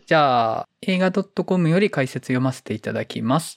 じゃあ、映画 .com より解説読ませていただきます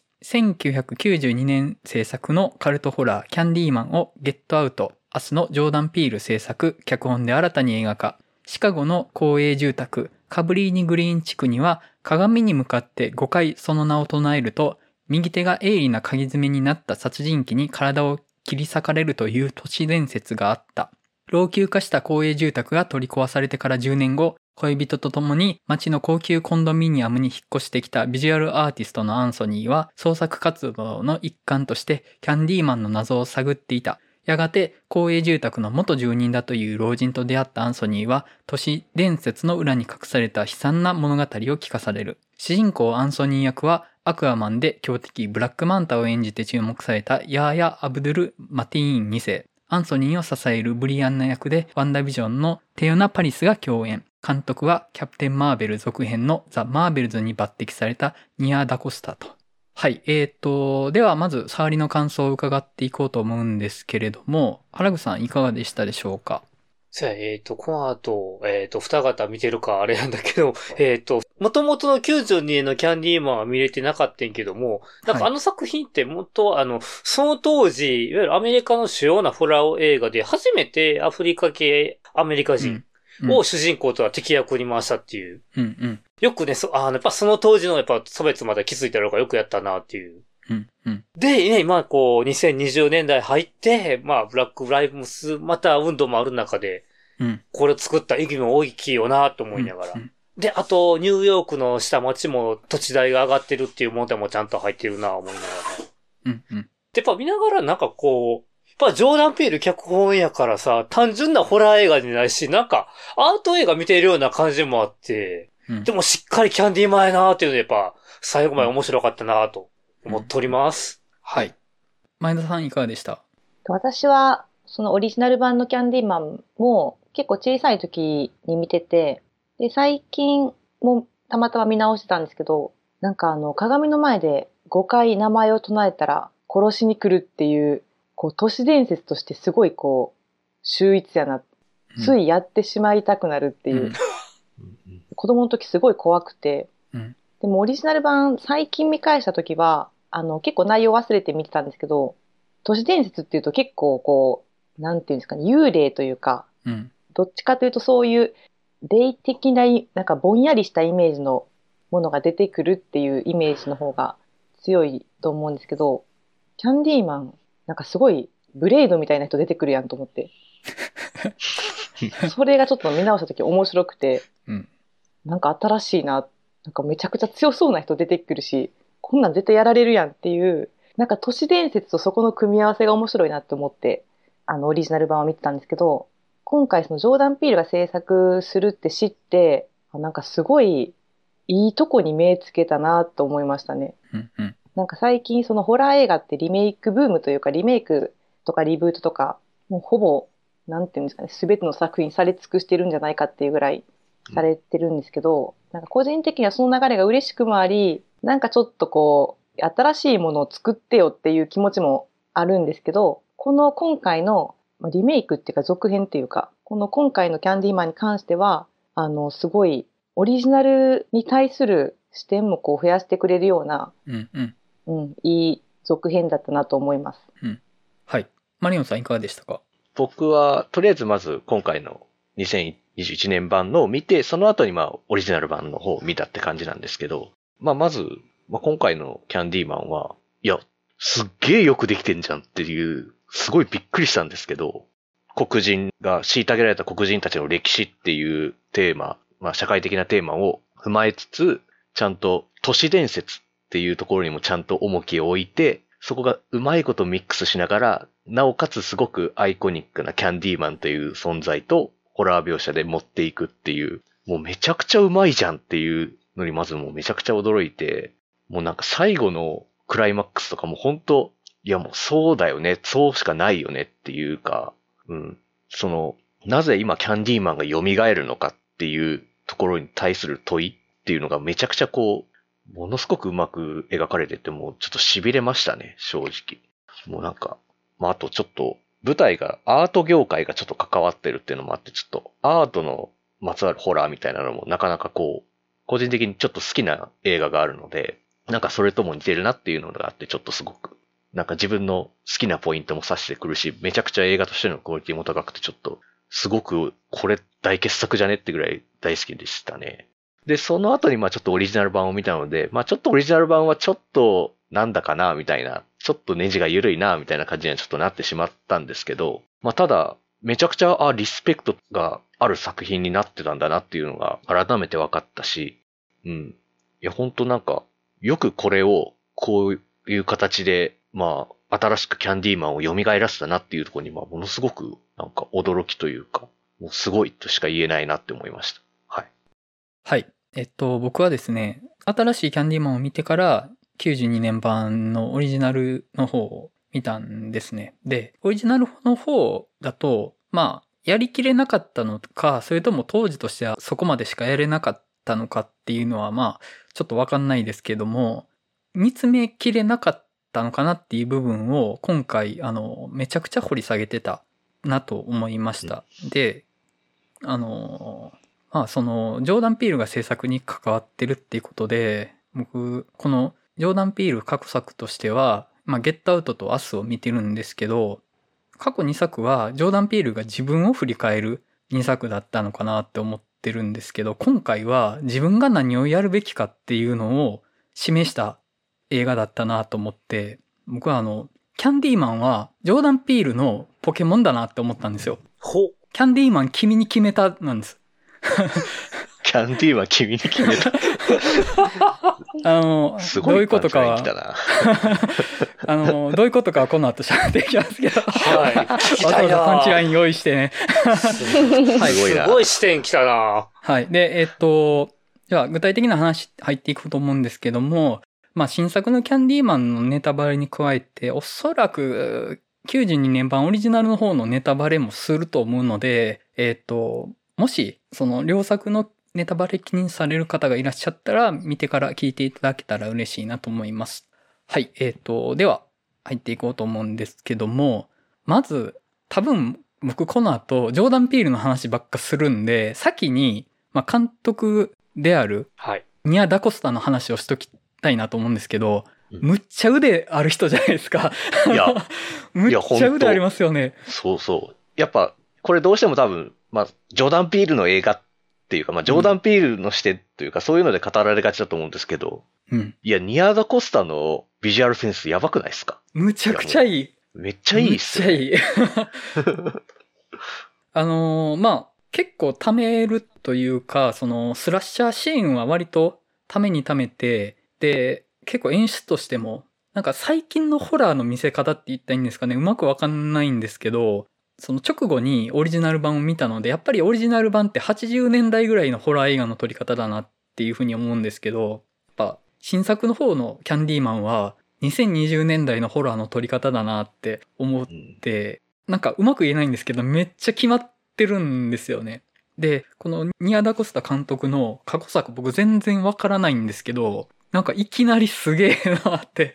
。1992年制作のカルトホラーキャンディーマンをゲットアウト、明日のジョーダン・ピール制作、脚本で新たに映画化。シカゴの公営住宅、カブリーニグリーン地区には鏡に向かって5回その名を唱えると、右手が鋭利な鍵爪になった殺人鬼に体を切り裂かれるという都市伝説があった。老朽化した公営住宅が取り壊されてから10年後、恋人と共に街の高級コンドミニアムに引っ越してきたビジュアルアーティストのアンソニーは創作活動の一環としてキャンディーマンの謎を探っていた。やがて公営住宅の元住人だという老人と出会ったアンソニーは都市伝説の裏に隠された悲惨な物語を聞かされる。主人公アンソニー役はアクアマンで強敵ブラックマンタを演じて注目されたヤーヤ・アブドゥル・マティーン2世。アンソニーを支えるブリアンナ役でワンダービジョンのテヨナ・パリスが共演。監督はキャプテン・マーベル続編のザ・マーベルズに抜擢されたニア・ダコスタと。はい。ではまず触りの感想を伺っていこうと思うんですけれども、原口さんいかがでしたでしょうか？ そうや、この後、二方見てるかあれなんだけど、元々の92年のキャンディーマンは見れてなかったんけども、なんかあの作品ってもっと、その当時、いわゆるアメリカの主要なホラー映画で初めてアフリカ系アメリカ人を主人公とは敵役に回したっていう。 うんうん、 よくね、やっぱその当時のやっぱ差別まで気づいたのがよくやったなっていう。 うんうん、 で、ね、今こう、2020年代入って、まあ、ブラックライブス、また運動もある中で、これを作った意義も大きいよなと思いながら。で、あと、ニューヨークの下町も土地代が上がってるっていう問題もちゃんと入ってるな思いながら。で、やっぱ見ながらなんかこう、やっぱジョーダン・ピール脚本やからさ、単純なホラー映画じゃないし、なんか、アート映画見ているような感じもあって、でもしっかりキャンディーマンやなっていうので、やっぱ、最後まで面白かったなと思っております。 はい。前田さんいかがでした？ 私は、そのオリジナル版のキャンディーマンも結構小さい時に見てて、で、最近もたまたま見直してたんですけど、なんか鏡の前で5回名前を唱えたら殺しに来るっていう、こう、都市伝説としてすごいこう、秀逸やな。ついやってしまいたくなるっていう。子供の時すごい怖くて。でもオリジナル版最近見返した時は、結構内容忘れて見てたんですけど、都市伝説っていうと結構こう、なんていうんですかね、幽霊というか、どっちかというとそういう霊的な、なんかぼんやりしたイメージのものが出てくるっていうイメージの方が強いと思うんですけど、キャンディーマン、なんかすごいブレードみたいな人出てくるやんと思って。それがちょっと見直した時面白くて、なんか新しいな、なんかめちゃくちゃ強そうな人出てくるし、こんなん絶対やられるやんっていう、なんか都市伝説とそこの組み合わせが面白いなって思って、オリジナル版を見てたんですけど、今回そのジョーダン・ピールが制作するって知って、なんかすごいいいとこに目つけたなと思いましたね。なんか最近そのホラー映画ってリメイクブームというかリメイクとかリブートとか、もうほぼ、なんていうんですかね、すべての作品され尽くしてるんじゃないかっていうぐらいされてるんですけど、なんか個人的にはその流れが嬉しくもあり、なんかちょっとこう、新しいものを作ってよっていう気持ちもあるんですけど、この今回のリメイクっていうか続編っていうか、この今回のキャンディーマンに関しては、すごいオリジナルに対する視点もこう増やしてくれるような、いい続編だったなと思います。 はい。マリオンさんいかがでしたか？ 僕は、とりあえずまず今回の2021年版のを見て、その後にオリジナル版の方を見たって感じなんですけど、まず、今回のキャンディーマンは、いや、すっげえよくできてんじゃんっていう、すごいびっくりしたんですけど、黒人が、虐げられた黒人たちの歴史っていうテーマ、社会的なテーマを踏まえつつ、ちゃんと都市伝説っていうところにもちゃんと重きを置いて、そこがうまいことミックスしながら、なおかつすごくアイコニックなキャンディーマンという存在とホラー描写で持っていくっていう、もうめちゃくちゃうまいじゃんっていうのにまずもうめちゃくちゃ驚いて、もうなんか最後のクライマックスとかも本当、いやもうそうだよね、そうしかないよねっていうか、なぜ今キャンディーマンが蘇るのかっていうところに対する問いっていうのがめちゃくちゃこう、ものすごくうまく描かれてて、もうちょっと痺れましたね、正直。もうなんか、あとちょっと、舞台がアート業界がちょっと関わってるっていうのもあって、ちょっとアートのまつわるホラーみたいなのもなかなかこう、 個人的にちょっと好きな映画があるので、なんかそれとも似てるなっていうのがあって、ちょっとすごく、なんか自分の好きなポイントも指してくるし、めちゃくちゃ映画としてのクオリティも高くて、ちょっと、すごく、これ大傑作じゃねってぐらい大好きでしたね。で、その後にちょっとオリジナル版を見たので、ちょっとオリジナル版はちょっと、なんだかな、みたいな、ちょっとネジが緩いな、みたいな感じにはちょっとなってしまったんですけど、ただ、めちゃくちゃ、リスペクトがある作品になってたんだなっていうのが改めて分かったし、いや、ほんとなんか、よくこれを、こういう形で、新しくキャンディーマンを蘇らせたなっていうところに、ものすごく、なんか驚きというか、もうすごいとしか言えないなって思いました。はい。 はい。僕はですね、新しいキャンディーマンを見てから、92年版のオリジナルの方を見たんですね。で、オリジナルの方だと、やりきれなかったのか、それとも当時としてはそこまでしかやれなかったのかっていうのは、ちょっとわかんないですけども、見つめきれなかったのかなっていう部分を今回、めちゃくちゃ掘り下げてたなと思いました。で、その、ジョーダン・ピールが制作に関わってるっていうことで、僕、このジョーダン・ピール過去作としては、ゲットアウトとアスを見てるんですけど、過去2作はジョーダン・ピールが自分を振り返る2作だったのかなって思ってるんですけど、今回は自分が何をやるべきかっていうのを示した映画だったなと思って、僕はキャンディーマンはジョーダン・ピールのポケモンだなって思ったんですよ。キャンディーマン君に決めたなんです。 キャンディーマン君に決めた。すごいどういうことかは、どういうことかはこの後喋っていきますけど。 はい。聞きわざたいなわざパンチライン用意してね。 すごい視点来たな。 はい。で、じゃあ具体的な話入っていくと思うんですけども、新作のキャンディーマンのネタバレに加えて、おそらく92年版オリジナルの方のネタバレもすると思うので、もし、その両作のネタバレ気にされる方がいらっしゃったら、見てから聞いていただけたら嬉しいなと思います。はい。では、入っていこうと思うんですけども、まず、多分、僕この後、ジョーダン・ピールの話ばっかするんで、先に、監督である、ニア・ダコスタの話をしときたいなと思うんですけど、むっちゃ腕ある人じゃないですか。 いや、 むっちゃ腕ありますよね。 そうそう。やっぱ、これどうしても多分、ジョーダン・ピールの映画っていうか、ジョーダン・ピールの視点というか、そういうので語られがちだと思うんですけど、いや、ニア・ダ・コスタのビジュアルセンスやばくないですか？ むちゃくちゃいい。 めっちゃいいっすね。 めっちゃいい。結構貯めるというか、そのスラッシャーシーンは割とためにためて、で、結構演出としても、なんか最近のホラーの見せ方って言ったらいいんですかね、うまくわかんないんですけど、その直後にオリジナル版を見たので、やっぱりオリジナル版って80年代ぐらいのホラー映画の撮り方だなっていうふうに思うんですけど、やっぱ新作の方のキャンディーマンは2020年代のホラーの撮り方だなって思って、なんかうまく言えないんですけど、めっちゃ決まってるんですよね。で、このニア・ダ・コスタ監督の過去作僕全然わからないんですけど、なんかいきなりすげえなって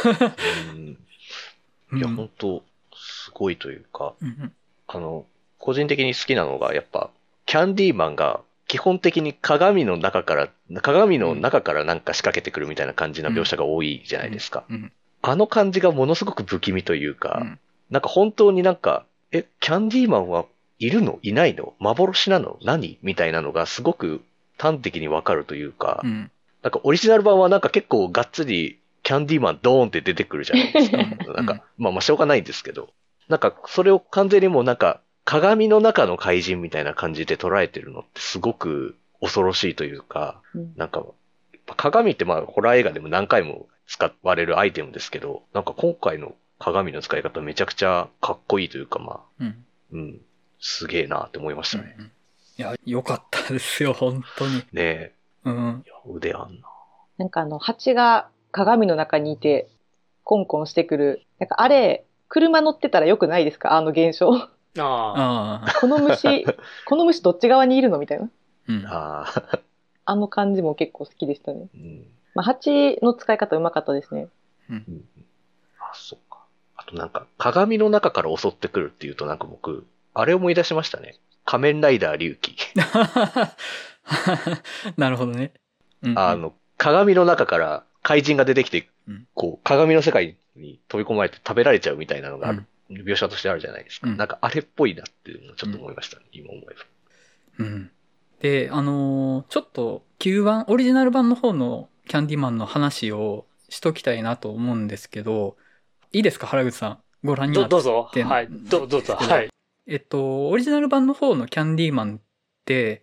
いや、本当すごいというか、個人的に好きなのが、やっぱ、キャンディーマンが基本的に鏡の中からなんか仕掛けてくるみたいな感じな描写が多いじゃないですか。あの感じがものすごく不気味というか、なんか本当になんか、キャンディーマンはいるの？いないの？幻なの？何？みたいなのがすごく端的にわかるというか、なんかオリジナル版はなんか結構がっつりキャンディーマンドーンって出てくるじゃないですか。なんか、しょうがないんですけど、なんかそれを完全にもうなんか鏡の中の怪人みたいな感じで捉えてるのってすごく恐ろしいというか、なんか鏡ってホラー映画でも何回も使われるアイテムですけど、なんか今回の鏡の使い方めちゃくちゃかっこいいというか、すげえなって思いましたね。 いや、よかったですよ、本当に。 ねえ。いや、腕あんな。 なんか蜂が鏡の中にいて、コンコンしてくる。なんかあれ、車乗ってたらよくないですか？あの現象。この虫どっち側にいるのみたいな。あの感じも結構好きでしたね。蜂の使い方うまかったですね。 そうか。あとなんか、鏡の中から襲ってくるっていうとなんか僕、あれ思い出しましたね。仮面ライダー龍騎。 なるほどね。 鏡の中から怪人が出てきて、こう、鏡の世界に飛び込まれて食べられちゃうみたいなのがある、描写としてあるじゃないですか。なんかあれっぽいなっていうのをちょっと思いましたね、今思えば。 で、ちょっと旧版、オリジナル版の方のキャンディマンの話をしときたいなと思うんですけど、いいですか、原口さん。ご覧になって。 どうぞ。はい。どうぞ。はい。 オリジナル版の方のキャンディマンって、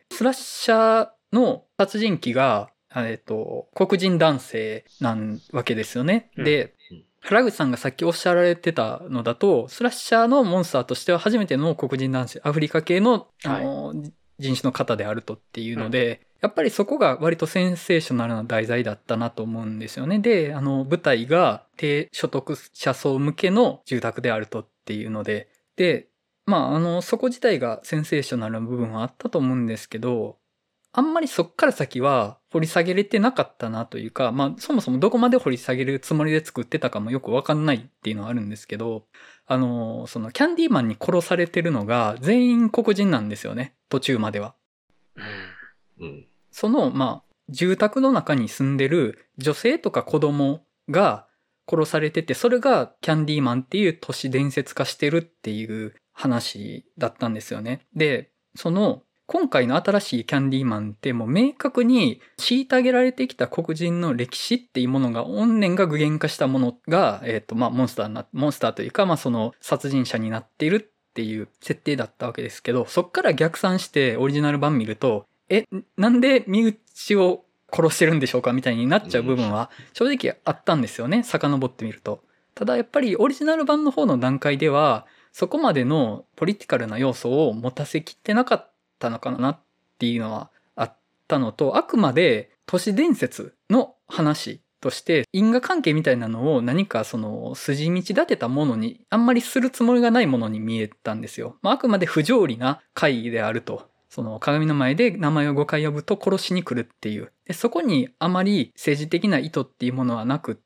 スラッシャーの殺人鬼が、黒人男性なんわけですよね。で、原口さんがさっきおっしゃられてたのだと、スラッシャーのモンスターとしては初めての黒人男性、アフリカ系の、人種の方であるとっていうので、やっぱりそこが割とセンセーショナルな題材だったなと思うんですよね。で、舞台が低所得者層向けの住宅であるとっていうので、で、そこ自体がセンセーショナルな部分はあったと思うんですけど、あんまりそっから先は掘り下げれてなかったなというか、そもそもどこまで掘り下げるつもりで作ってたかもよくわかんないっていうのはあるんですけど、そのキャンディーマンに殺されてるのが全員黒人なんですよね、途中までは。その、住宅の中に住んでる女性とか子供が殺されてて、それがキャンディーマンっていう都市伝説化してるっていう話だったんですよね。で、今回の新しいキャンディーマンってもう明確に虐げられてきた黒人の歴史っていうものが怨念が具現化したものが、モンスターというか、その殺人者になっているっていう設定だったわけですけど、そっから逆算してオリジナル版見ると、なんで身内を殺してるんでしょうかみたいになっちゃう部分は正直あったんですよね、遡ってみると。ただやっぱりオリジナル版の方の段階では、そこまでのポリティカルな要素を持たせきってなかったのかなっていうのはあったのと、あくまで都市伝説の話として因果関係みたいなのを何かその筋道立てたものにあんまりするつもりがないものに見えたんですよ。あくまで不条理な会議であると。その鏡の前で名前を5回呼ぶと殺しに来るっていう。で、そこにあまり政治的な意図っていうものはなくって、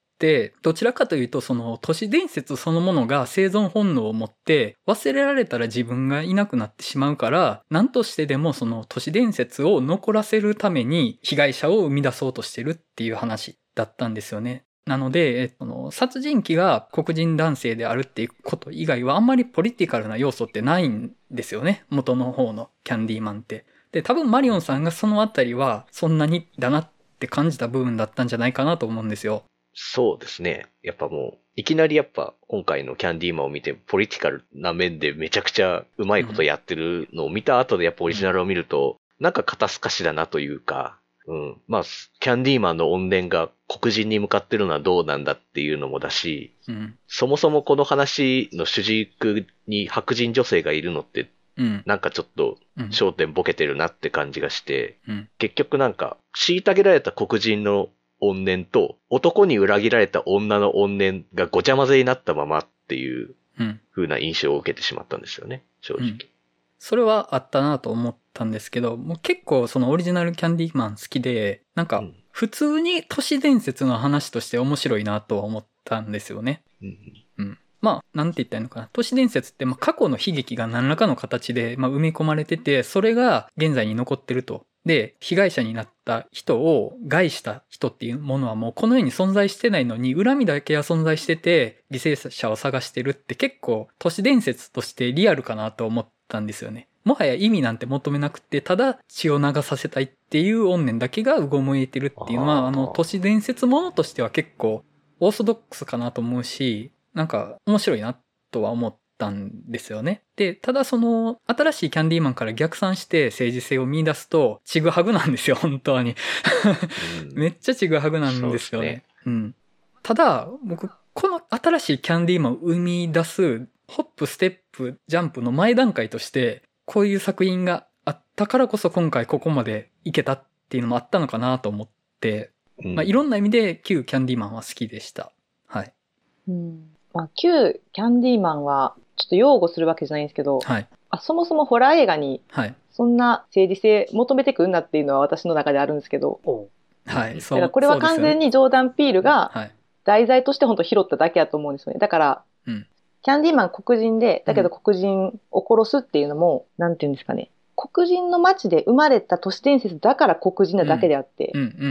どちらかというとその都市伝説そのものが生存本能を持って忘れられたら自分がいなくなってしまうから、何としてでもその都市伝説を残らせるために被害者を生み出そうとしてるっていう話だったんですよね。なので、殺人鬼が黒人男性であるっていうこと以外はあんまりポリティカルな要素ってないんですよね。元の方のキャンディーマンって。で、多分マリオンさんがそのあたりはそんなにだなって感じた部分だったんじゃないかなと思うんですよ。 そうですね。やっぱもう、いきなりやっぱ今回のキャンディーマンを見てポリティカルな面でめちゃくちゃうまいことやってるのを見た後でやっぱオリジナルを見ると、なんか肩透かしだなというか、キャンディーマンの怨念が黒人に向かってるのはどうなんだっていうのもだし、そもそもこの話の主軸に白人女性がいるのって、なんかちょっと焦点ボケてるなって感じがして、結局なんか虐げられた黒人の怨念と男に裏切られた女の怨念がごちゃ混ぜになったままっていう風な印象を受けてしまったんですよね、正直。 それはあったなと思ったんですけど、もう結構そのオリジナルキャンディーマン好きで、なんか普通に都市伝説の話として面白いなとは思ったんですよね。なんて言ったらいいのかな。都市伝説って過去の悲劇が何らかの形で埋め込まれてて、それが現在に残ってると。で、被害者になった人を害した人っていうものはもうこの世に存在してないのに、恨みだけは存在してて、犠牲者を探してるって結構都市伝説としてリアルかなと思ったんですよね。もはや意味なんて求めなくて、ただ血を流させたいっていう怨念だけがうごめいてるっていうのは、都市伝説ものとしては結構オーソドックスかなと思うし、なんか面白いなとは思ったんですよね。で、ただその新しいキャンディーマンから逆算して政治性を見出すとちぐはぐなんですよ、本当に。めっちゃちぐはぐなんですよね。ただ僕この新しいキャンディーマンを生み出すホップステップジャンプの前段階としてこういう作品があったからこそ今回ここまでいけたっていうのもあったのかなと思って、いろんな意味で旧キャンディーマンは好きでした。はい。 旧キャンディーマンはちょっと擁護するわけじゃないんですけど、そもそもホラー映画にそんな政治性求めてくんなっていうのは私の中であるんですけど、だからこれは完全にジョーダン・ピールが題材として本当拾っただけだと思うんですよね。だから、キャンディーマン黒人で、だけど黒人を殺すっていうのも、なんていうんですかね。 黒人の町で生まれた都市伝説だから黒人なだけであって、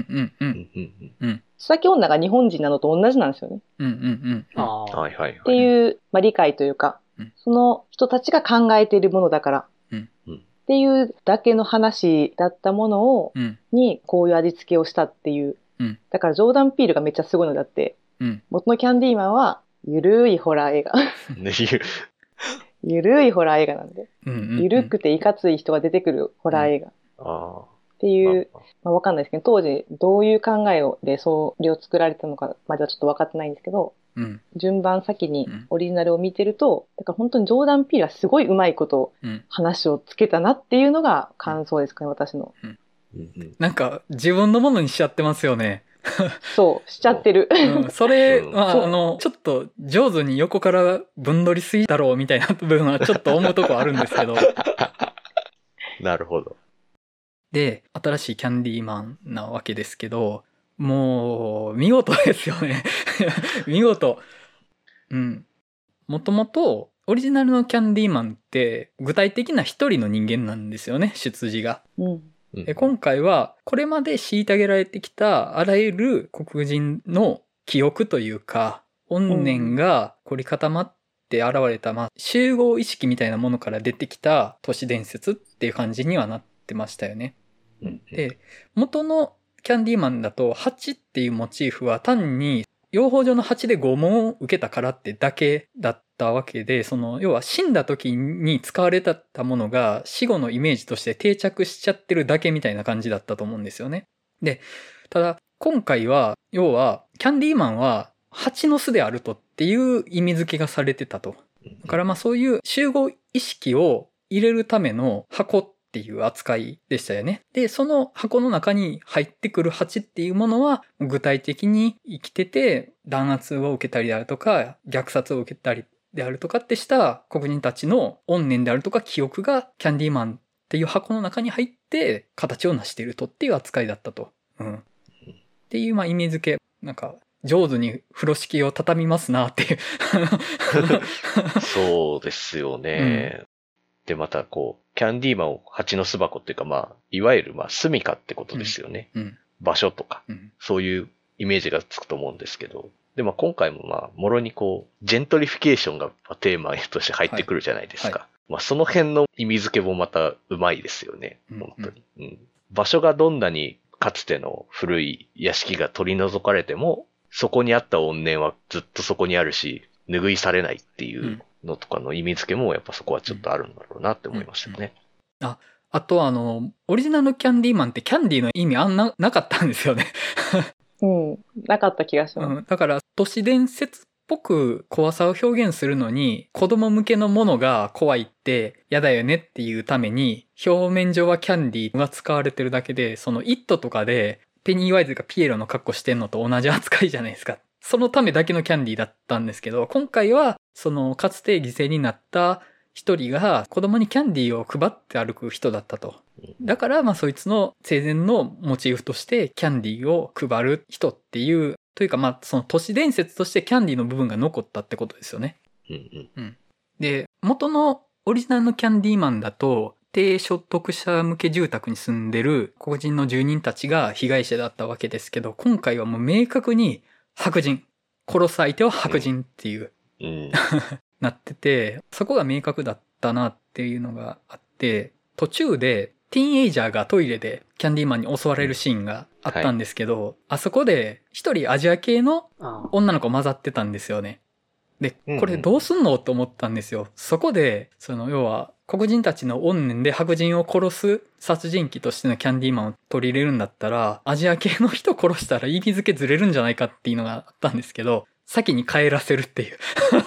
須崎女が日本人なのと同じなんですよね。っていう、まあ、理解というか、その人たちが考えているものだから、っていうだけの話だったものを、にこういう味付けをしたっていう。だからジョーダン・ピールがめっちゃすごいのだって、元のキャンディーマンはゆるいホラー映画。ゆるいホラー映画なんで。ゆるくていかつい人が出てくるホラー映画。っていう、まあわかんないですけど、当時どういう考えでそれを作られたのかまではちょっと分かってないんですけど、順番先にオリジナルを見てると、だから本当にジョーダン・ピールはすごいうまいこと話をつけたなっていうのが感想ですかね、私の。 なんか自分のものにしちゃってますよね。 そう、しちゃってる。 それは、ちょっと上手に横から分取りすぎだろうみたいな部分はちょっと思うとこあるんですけど。 なるほど。で、 新しいキャンディーマンなわけですけど、もう、見事ですよね。見事。もともと、オリジナルのキャンディーマンって、具体的な一人の人間なんですよね、出自が。今回は、これまで虐げられてきたあらゆる黒人の記憶というか、怨念が凝り固まって現れた、まあ、集合意識みたいなものから出てきた都市伝説っていう感じにはなってましたよね。で、元のキャンディーマンだと、蜂っていうモチーフは単に、養蜂場の蜂で拷問を受けたからってだけだったわけで、要は死んだ時に使われたものが死後のイメージとして定着しちゃってるだけみたいな感じだったと思うんですよね。で、ただ、今回は、要は、キャンディーマンは蜂の巣であるとっていう意味付けがされてたと。だからまあそういう集合意識を入れるための箱っていう扱いでしたよね。で、その箱の中に入ってくる蜂っていうものは具体的に生きてて弾圧を受けたりであるとか虐殺を受けたりであるとかってした黒人たちの怨念であるとか記憶がキャンディーマンっていう箱の中に入って形を成しているとっていう扱いだったと。っていうまあ意味付け。なんか上手に風呂敷を畳みますなっていう。 そうですよね。で、またこう、キャンディーマンを蜂の巣箱っていうかまあ、いわゆるまあ、住処ってことですよね。場所とか、そういうイメージがつくと思うんですけど。で、まあ今回もまあ、もろにこう、ジェントリフィケーションがテーマとして入ってくるじゃないですか。まあその辺の意味付けもまたうまいですよね。本当に。場所がどんなにかつての古い屋敷が取り除かれても、そこにあった怨念はずっとそこにあるし、拭いされないっていうのとかの意味付けもやっぱそこはちょっとあるんだろうなって思いましたね。 あとオリジナルのキャンディーマンってキャンディーの意味なかったんですよね。 なかった気がします。 だから都市伝説っぽく怖さを表現するのに子供向けのものが怖いって嫌だよねっていうために表面上はキャンディーが使われてるだけで、そのイットとかでペニーワイズがピエロの格好してんのと同じ扱いじゃないですか。そのためだけのキャンディーだったんですけど、今回はかつて犠牲になった一人が子供にキャンディーを配って歩く人だったと。だからまあそいつの生前のモチーフとしてキャンディーを配る人っていう、というかまあその都市伝説としてキャンディーの部分が残ったってことですよね。で、元のオリジナルのキャンディーマンだと、低所得者向け住宅に住んでる黒人の住人たちが被害者だったわけですけど、今回はもう明確に白人。殺す相手は白人っていう、なってて、そこが明確だったなっていうのがあって、途中でティーンエイジャーがトイレでキャンディーマンに襲われるシーンがあったんですけど、あそこで一人アジア系の女の子混ざってたんですよね。で、これどうすんのと思ったんですよ。そこで、要は、黒人たちの怨念で白人を殺す殺人鬼としてのキャンディーマンを取り入れるんだったら、アジア系の人殺したら意義づけずれるんじゃないかっていうのがあったんですけど、先に帰らせるっていう。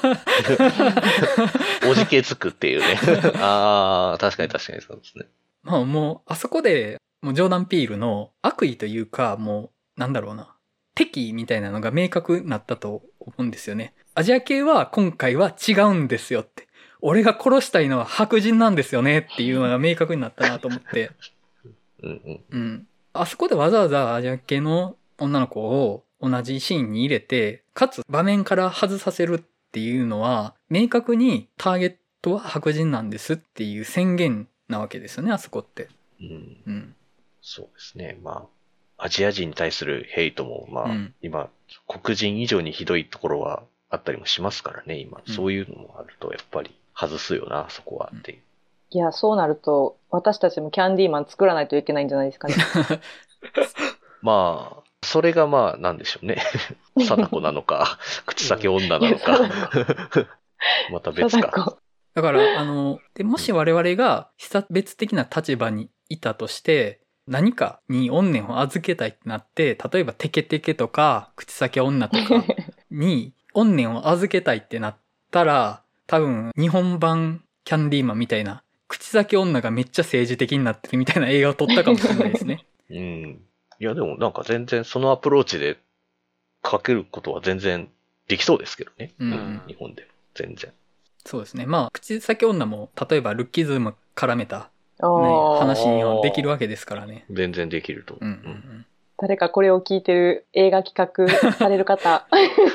おじけつくっていうね。ああ、確かにそうですね。 まあもう、あそこで、もうジョーダン・ピールの悪意というか、もう、なんだろうな。敵みたいなのが明確になったと思うんですよね。アジア系は今回は違うんですよって。俺が殺したいのは白人なんですよねっていうのが明確になったなと思って。あそこでわざわざアジア系の女の子を同じシーンに入れて、かつ場面から外させるっていうのは、明確にターゲットは白人なんですっていう宣言なわけですよね、あそこって。 うん。うん。そうですね。まあ、アジア人に対するヘイトも、まあ、今、黒人以上にひどいところはあったりもしますからね、今。そういうのもあると、やっぱり外すよな、そこはっていう。 いや、そうなると、私たちもキャンディーマン作らないといけないんじゃないですかね。 まあ、それがまあ、なんでしょうね。貞子なのか、口先女なのか。また別か。 だから、でもし我々が被差別的な立場にいたとして、何かに怨念を預けたいってなって、例えばテケテケとか、口先女とかに怨念を預けたいってなったら、多分、日本版キャンディーマンみたいな、口先女がめっちゃ政治的になってるみたいな映画を撮ったかもしれないですね。 うん。いや、でもなんか全然そのアプローチでかけることは全然できそうですけどね。うん。日本でも全然。 そうですね。まあ、口先女も、例えばルッキズム絡めた、ね、話にできるわけですからね。 全然できると。 誰かこれを聞いてる映画企画される方。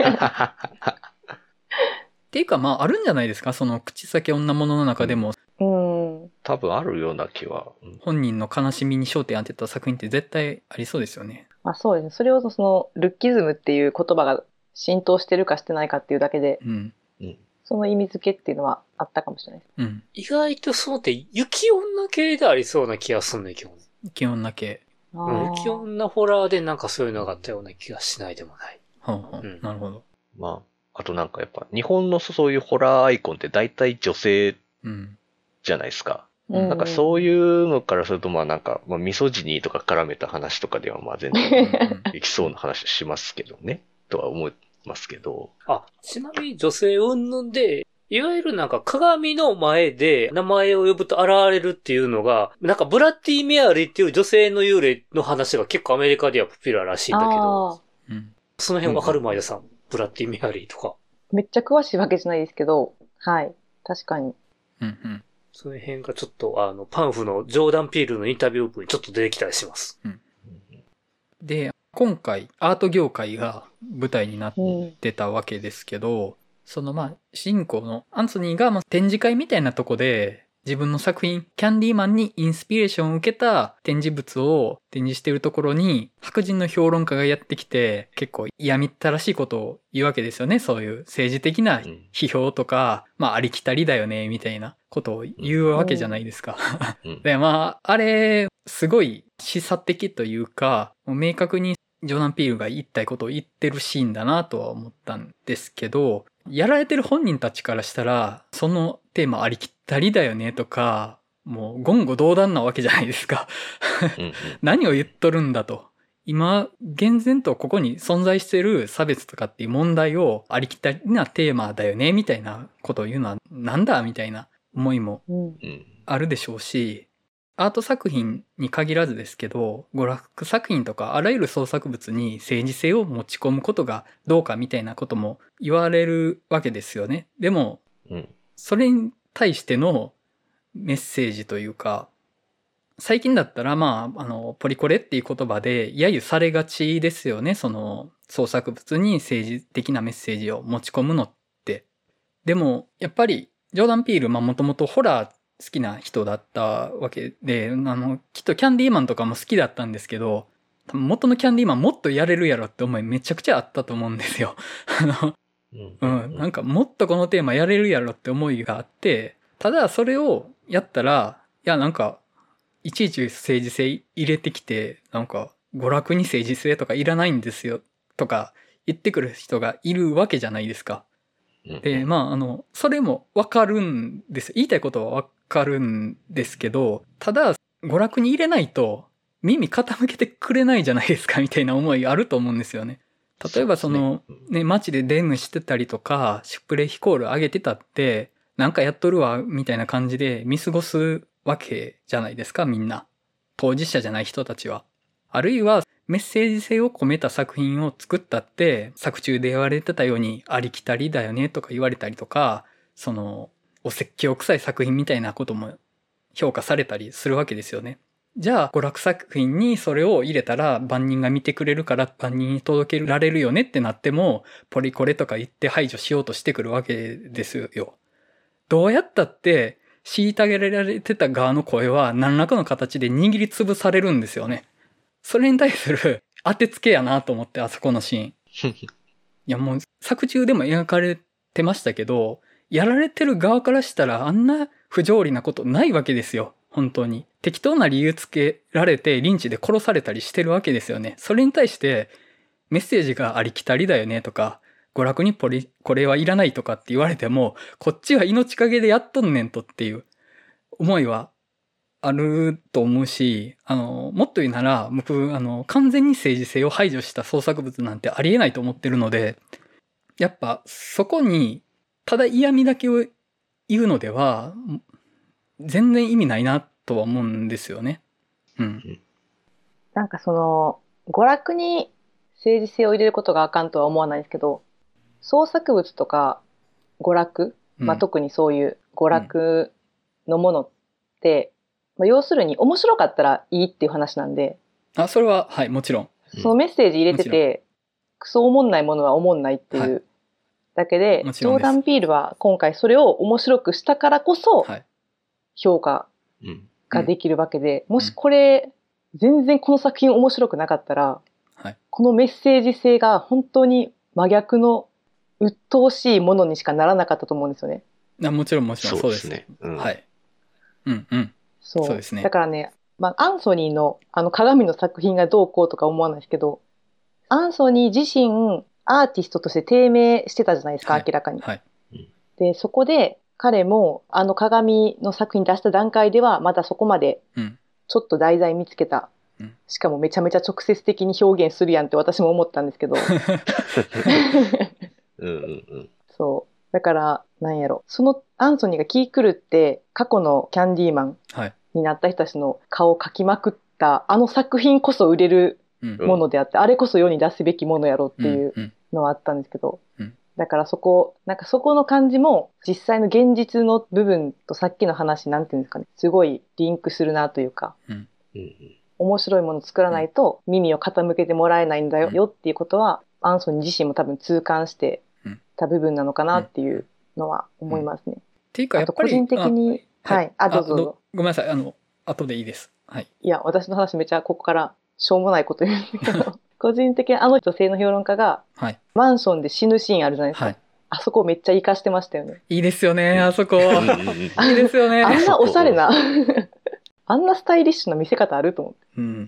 っていうか、まあ、あるんじゃないですか、その口先女物の中でも。 多分あるような気は。 本人の悲しみに焦点当てた作品って絶対ありそうですよね。 まあそうですね。それをそのルッキズムっていう言葉が浸透してるかしてないかっていうだけで、その意味付けっていうのはあったかもしれないです。 意外とそうって雪女系でありそうな気がするね、今日。 雪女系。 雪女ホラーでなんかそういうのがあったような気がしないでもない。 なるほど。 まあ、あとなんかやっぱ日本のそういうホラーアイコンって大体女性じゃないですか。なんかそういうのからするとまあなんか、まあ、ミソジニーとか絡めた話とかではまあ全然できそうな話しますけどね。とは思いますけど。 ちなみに女性云々で、いわゆるなんか鏡の前で名前を呼ぶと現れるっていうのが、なんかブラッディ・メアリーっていう女性の幽霊の話が結構アメリカではポピュラーらしいんだけど、その辺わかる前田さん、ブラッディ・メアリーとか。 めっちゃ詳しいわけじゃないですけど、はい。確かに。 その辺がちょっとパンフのジョーダン・ピールのインタビュー部にちょっと出てきたりします。 で、今回アート業界が舞台になってたわけですけど、そのまあ、主人公のアンソニーが展示会みたいなとこで自分の作品、キャンディーマンにインスピレーションを受けた展示物を展示しているところに白人の評論家がやってきて結構嫌みったらしいことを言うわけですよね。そういう政治的な批評とか、まあありきたりだよね、みたいなことを言うわけじゃないですか。で、まあ、あれ、すごい示唆的というか、もう明確にジョーダン・ピールが言いたいことを言ってるシーンだなとは思ったんですけど、やられてる本人たちからしたら、そのテーマありきったりだよねとか、もう言語道断なわけじゃないですか。何を言っとるんだと。今、厳然とここに存在してる差別とかっていう問題をありきたりなテーマだよねみたいなことを言うのはなんだみたいな思いもあるでしょうし、アート作品に限らずですけど、娯楽作品とかあらゆる創作物に政治性を持ち込むことがどうかみたいなことも言われるわけですよね。でも、それに対してのメッセージというか、最近だったらポリコレっていう言葉で揶揄されがちですよね。その創作物に政治的なメッセージを持ち込むのって。でも、やっぱりジョーダン・ピール、もともとホラー好きな人だったわけで、きっとキャンディーマンとかも好きだったんですけど、多分元のキャンディーマンもっとやれるやろって思いめちゃくちゃあったと思うんですよ。なんかもっとこのテーマやれるやろって思いがあって、ただそれをやったら、いやなんか、いちいち政治性入れてきて、なんか娯楽に政治性とかいらないんですよとか言ってくる人がいるわけじゃないですか。で、それもわかるんです。言いたいことはわかるんですけど、ただ、娯楽に入れないと耳傾けてくれないじゃないですかみたいな思いあると思うんですよね。例えば街でデモしてたりとか、シュプレヒコール上げてたって、なんかやっとるわ、みたいな感じで見過ごすわけじゃないですか、みんな。当事者じゃない人たちは。あるいは、メッセージ性を込めた作品を作ったって、作中で言われてたようにありきたりだよねとか言われたりとか、お説教臭い作品みたいなことも評価されたりするわけですよね。じゃあ、娯楽作品にそれを入れたら万人が見てくれるから万人に届けられるよねってなっても、ポリコレとか言って排除しようとしてくるわけですよ。どうやったって、 虐げられてた側の声は何らかの形で握りつぶされるんですよね。それに対する当てつけやなと思って、あそこのシーン。いやもう作中でも描かれてましたけど、やられてる側からしたらあんな不条理なことないわけですよ。本当に。適当な理由つけられてリンチで殺されたりしてるわけですよね。それに対してメッセージがありきたりだよねとか、娯楽にこれはいらないとかって言われても、こっちは命かけでやっとんねんとっていう思いはあると思うし、もっと言うなら、僕、完全に政治性を排除した創作物なんてありえないと思ってるので、やっぱそこに、ただ嫌味だけを言うのでは、全然意味ないなとは思うんですよね。うん。 なんか娯楽に政治性を入れることがあかんとは思わないですけど、創作物とか娯楽、特にそういう娯楽のものって、要するに面白かったらいいっていう話なんで。 それは、はい、もちろん。 そのメッセージ入れてて、クソおもんないものはおもんないっていうだけで、ジョーダン・ピールは今回それを面白くしたからこそ、評価ができるわけで、もしこれ、全然この作品面白くなかったら、このメッセージ性が本当に真逆の鬱陶しいものにしかならなかったと思うんですよね。 もちろんそうですね。はい。そうですね。 だからね、アンソニーの鏡の作品がどうこうとか思わないですけど、アンソニー自身アーティストとして低迷してたじゃないですか、明らかに。で、そこで彼も鏡の作品出した段階ではまだそこまでちょっと題材見つけた。しかもめちゃめちゃ直接的に表現するやんって私も思ったんですけど。そう。だから、なんやろ。そのアンソニーが気狂って過去のキャンディーマンになった人たちの顔を描きまくった作品こそ売れるものであって、あれこそ世に出すべきものやろっていうのはあったんですけど、だからそこの感じも実際の現実の部分とさっきの話なんていうんですかね、すごいリンクするなというか、面白いものを作らないと耳を傾けてもらえないんだよっていうことは、アンソニー自身も多分痛感してた部分なのかなっていうのは思いますね。 っていうかやっぱり個人的に、はい、どうぞ。 ごめんなさい、後でいいです。はい。 いや、私の話めちゃここからしょうもないこと言うんだけど、個人的に女性の評論家が、マンションで死ぬシーンあるじゃないですか。あそこめっちゃ活かしてましたよね。 いいですよね、あそこ。いいですよね。 あんなおしゃれな、あんなスタイリッシュな見せ方あると思って。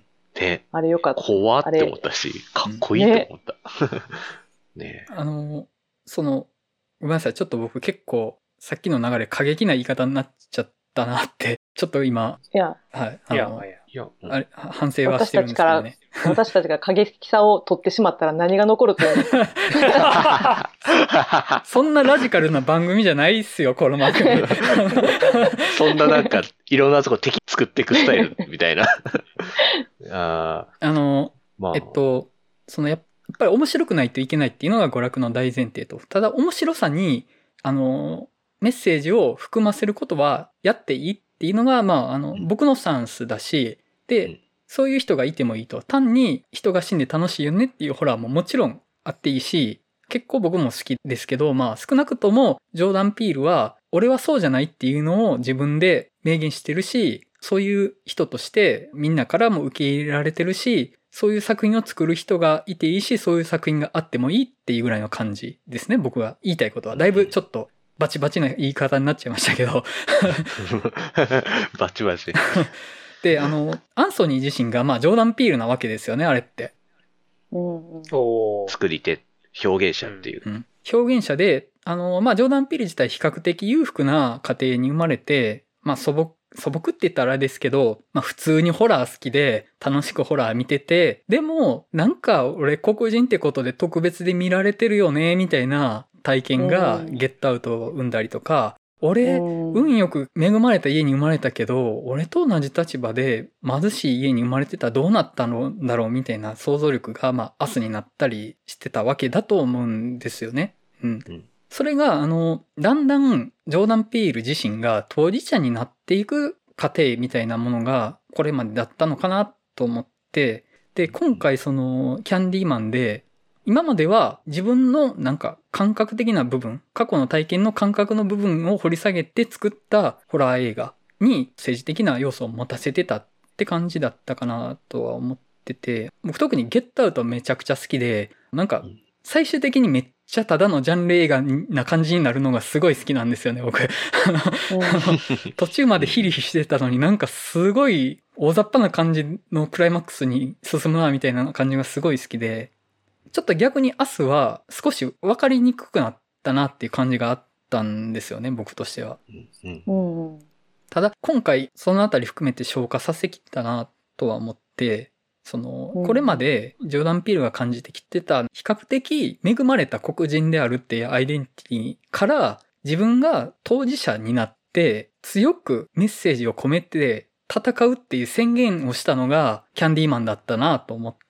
ね、 あれよかった。 怖って思ったし、かっこいいと思った。 ね、ごめんなさい、ちょっと僕結構さっきの流れ過激な言い方になっちゃったなってちょっと今反省はしてるんですけどね。 私たちが過激さを取ってしまったら何が残ると思う。 そんなラジカルな番組じゃないっすよ、この番組。 そんななんかいろんなとこ敵作っていくスタイルみたいな。 やっぱり面白くないといけないっていうのが娯楽の大前提と。ただ面白さにメッセージを含ませることはやっていいっていうのが僕のスタンスだし、で、そういう人がいてもいいと。単に人が死んで楽しいよねっていうホラーももちろんあっていいし、結構僕も好きですけど、少なくともジョーダン・ピールは俺はそうじゃないっていうのを自分で明言してるし、そういう人としてみんなからも受け入れられてるし、そういう作品を作る人がいていいし、そういう作品があってもいいっていうぐらいの感じですね、僕が言いたいことは。だいぶちょっとバチバチな言い方になっちゃいましたけど。 バチバチ。 で、アンソニー自身がジョーダン・ピールなわけですよね、あれって。 作り手、表現者っていう。 表現者で、ジョーダン・ピール自体比較的裕福な家庭に生まれて、素朴って言ったらあれですけど、普通にホラー好きで楽しくホラー見てて、でもなんか俺黒人ってことで特別で見られてるよねみたいな体験がゲットアウトを生んだりとか、俺運よく恵まれた家に生まれたけど、俺と同じ立場で貧しい家に生まれてたらどうなったのだろうみたいな想像力が明日になったりしてたわけだと思うんですよね。それが、だんだん、ジョーダン・ピール自身が当事者になっていく過程みたいなものが、これまでだったのかなと思って、で、今回キャンディーマンで、 今までは自分のなんか感覚的な部分、過去の体験の感覚の部分を掘り下げて作ったホラー映画に政治的な要素を持たせてたって感じだったかなとは思ってて、僕特にゲットアウトめちゃくちゃ好きで、なんか最終的にめっちゃただのジャンル映画な感じになるのがすごい好きなんですよね、僕。途中までヒリヒリしてたのになんかすごい大雑把な感じのクライマックスに進むなみたいな感じがすごい好きで、ちょっと逆に明日は少し分かりにくくなったなっていう感じがあったんですよね、僕としては。ただ今回そのあたり含めて消化させきったなとは思って、これまでジョーダン・ピールが感じてきてた比較的恵まれた黒人であるっていうアイデンティティから自分が当事者になって強くメッセージを込めて戦うっていう宣言をしたのがキャンディーマンだったなと思って、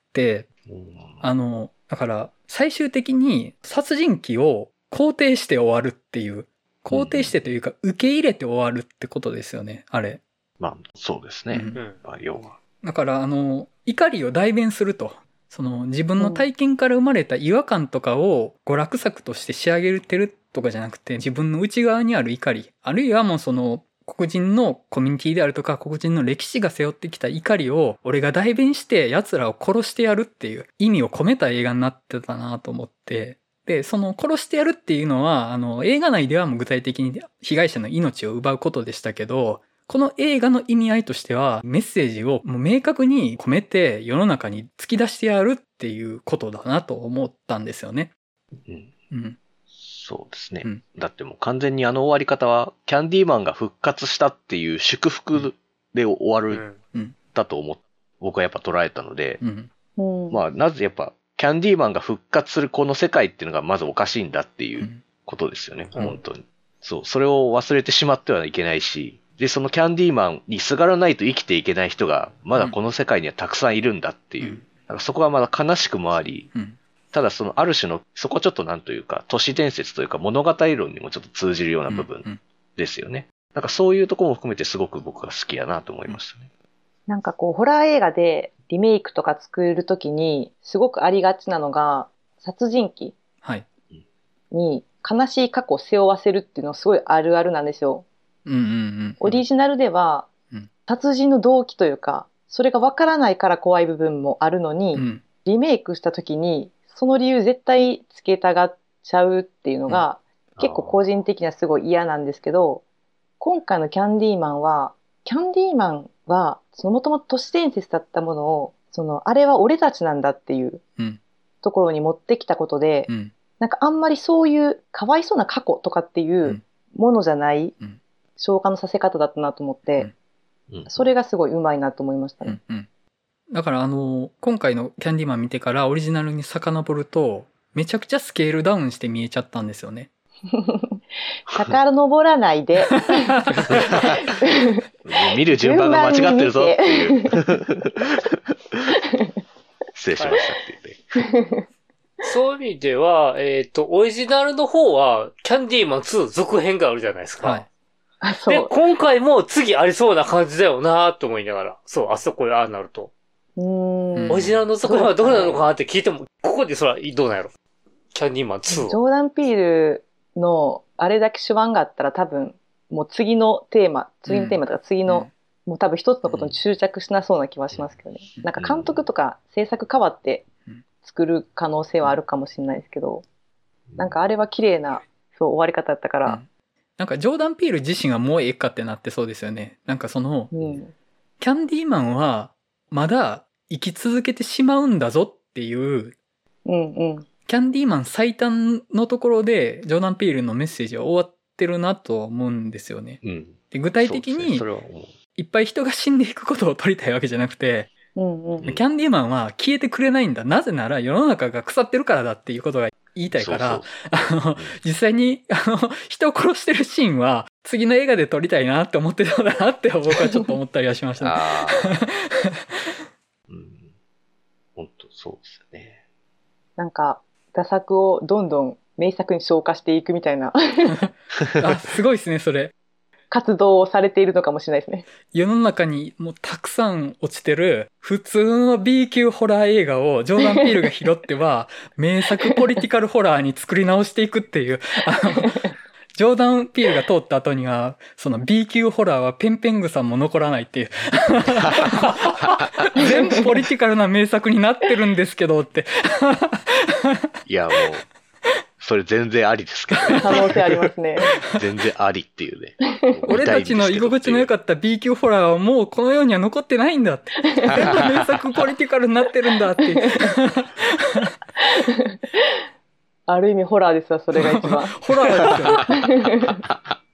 だから最終的に殺人鬼を肯定して終わるっていう、肯定してというか受け入れて終わるってことですよね、あれ。 まあそうですね。要は。 だから怒りを代弁すると。自分の体験から生まれた違和感とかを娯楽作として仕上げてるとかじゃなくて、自分の内側にある怒り、あるいはもう黒人のコミュニティであるとか黒人の歴史が背負ってきた怒りを俺が代弁して奴らを殺してやるっていう意味を込めた映画になってたなと思って、で殺してやるっていうのは映画内ではもう具体的に被害者の命を奪うことでしたけど、この映画の意味合いとしてはメッセージをもう明確に込めて世の中に突き出してやるっていうことだなと思ったんですよね。 そうですね。だってもう完全に終わり方はキャンディーマンが復活したっていう祝福で終わるだと僕はやっぱ捉えたので、まあなぜやっぱキャンディーマンが復活するこの世界っていうのがまずおかしいんだっていうことですよね、本当に。そう、それを忘れてしまってはいけないし、で、そのキャンディーマンにすがらないと生きていけない人がまだこの世界にはたくさんいるんだっていう、なんかそこはまだ悲しくもあり、ただある種の、そこはちょっとなんというか、都市伝説というか物語論にもちょっと通じるような部分ですよね。なんかそういうところも含めてすごく僕が好きやなと思いましたね。 なんかホラー映画でリメイクとか作るときにすごくありがちなのが、殺人鬼に悲しい過去を背負わせるっていうのはすごいあるあるなんですよ。オリジナルでは、殺人の動機というか、それがわからないから怖い部分もあるのに、リメイクしたときに、その理由絶対つけたがっちゃうっていうのが、結構個人的にはすごい嫌なんですけど、今回のキャンディーマンはもともと都市伝説だったものを、あれは俺たちなんだっていうところに持ってきたことで、なんかあんまりそういうかわいそうな過去とかっていうものじゃない消化のさせ方だったなと思って、それがすごいうまいなと思いましたね。 だから今回のキャンディーマン見てからオリジナルに遡ると、めちゃくちゃスケールダウンして見えちゃったんですよね。 遡らないで。 見る順番が間違ってるぞっていう。失礼しましたって言って。 そういう意味では、オリジナルの方は、キャンディーマン2続編があるじゃないですか。で、今回も次ありそうな感じだよなと思いながら。そう、あそこでああなると。オリジナルの続編はどうなのかなって聞いても、ここでそらどうなんやろ。キャンディーマン2。 ジョーダン・ピールのあれだけ手腕があったら多分、もう次のテーマとかもう多分一つのことに執着しなそうな気はしますけどね。なんか監督とか制作変わって作る可能性はあるかもしれないですけど、なんかあれは綺麗な終わり方だったから。 なんかジョーダン・ピール自身がもうええかってなってそうですよね。なんかキャンディーマンはまだ生き続けてしまうんだぞっていう、キャンディーマン最短のところでジョーダン・ピールのメッセージは終わってるなと思うんですよね。で具体的にいっぱい人が死んでいくことを撮りたいわけじゃなくて、キャンディーマンは消えてくれないんだ。なぜなら世の中が腐ってるからだっていうことが言いたいから、実際に人を殺してるシーンは次の映画で撮りたいなって思ってたんだなって僕はちょっと思ったりはしましたね。 本当そうですね。 なんか打作をどんどん名作に昇華していくみたいな。 あ、すごいですねそれ。 活動をされているのかもしれないですね。 世の中にもうたくさん落ちてる普通の B 級ホラー映画をジョーダン・ピールが拾っては名作ポリティカルホラーに作り直していくっていうジョーダン・ピールが通った後にはその B 級ホラーはペンペングさんも残らないっていう全部ポリティカルな名作になってるんですけどっていやもうそれ全然ありですけどね。 可能性ありますね。 全然ありっていうね。 俺たちの居心地の良かった B 級ホラーはもうこの世には残ってないんだって。全部名作ポリティカルになってるんだって。 ある意味ホラーですわ、それが一番。 ホラーですよ。